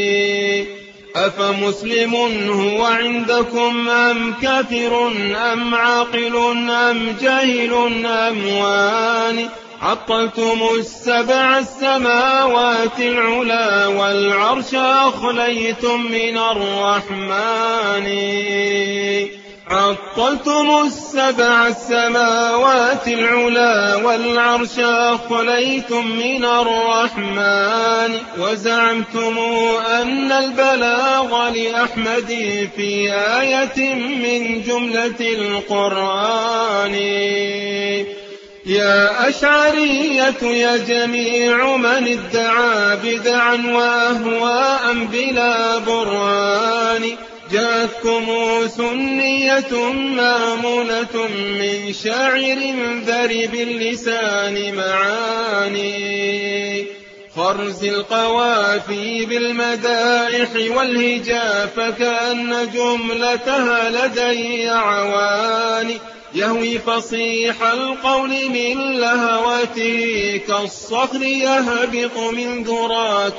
أفمسلم هو عندكم أم كافر أم عاقل أم جاهل أم وان؟ عطلتم السبع السماوات العلا والعرش أخليتم من الرحمن. عطلتم السبع السماوات العلا والعرش أخليتم من الرحمن. وزعمتم أن البلاغ لأحمد في آية من جملة القرآن. يا أشعرية يا جميع من ادعى بدعا وأهواء بلا برهان، جاءتكم سنية مامونة من شاعر ذرب اللسان معاني. خرز القوافي بالمدائح والهجاء فكأن جملتها لدي عواني. يهوي فصيح القول من لهواته كالصخر يهبط من ذرى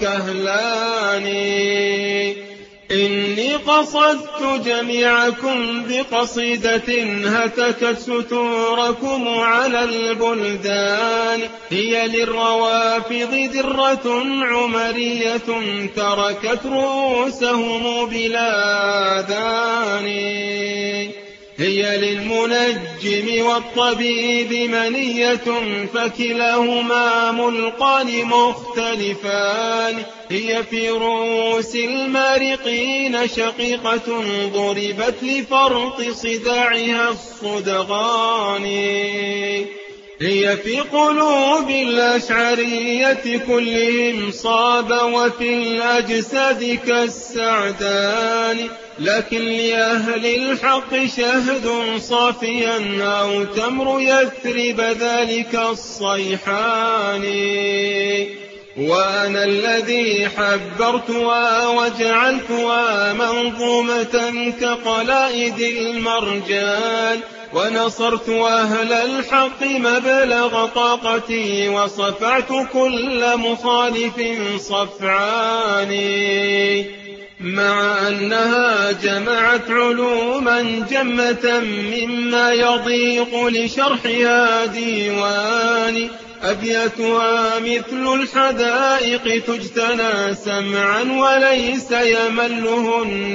كهلاني إني قصدت جميعكم بقصيدة هتكت ستوركم على البلدان هي للروافض درة عمرية تركت رؤوسهم بلا آذان هي للمنجم والطبيب منية فكلاهما ملقان مختلفان هي في رؤوس المارقين شقيقة ضربت لفرط صداعها الصدغان هي في قلوب الأشعرية كلهم صاب وفي الأجساد كالسعدان لكن لأهل الحق شهد صافيا أو تمر يثرب ذلك الصيحان وأنا الذي حبرتها وجعلتها منظومة كقلائد المرجان ونصرت أهل الحق مبلغ طاقتي وصفعت كل مخالف صفعاني مع أنها جمعت علوما جمة مما يضيق لشرحها ديواني أبياتها مثل الحدائق تجتنى سمعا وليس يملهن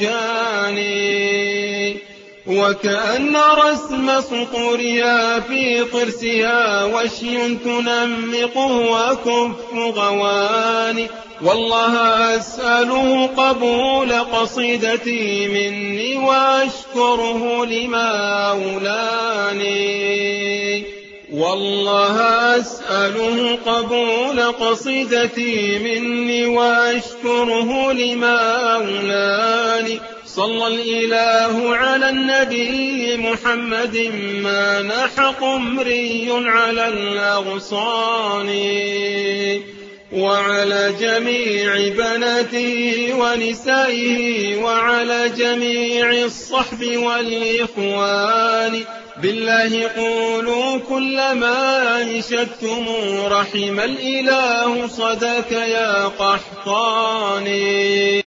الجاني وكأن رسم سطورها في طرسها وشي تنمقه وكف غواني والله أسأله قبول قصيدتي مني وأشكره لما أولاني والله أسأله قبول قصيدتي مني وأشكره لما أولاني صلى الإله على النبي محمد ما ناح قمري على الأغصان وعلى جميع بناته ونسائه وعلى جميع الصحب والإخوان بالله قولوا كل ما أنشدتم رحم الإله صداك يا قحطاني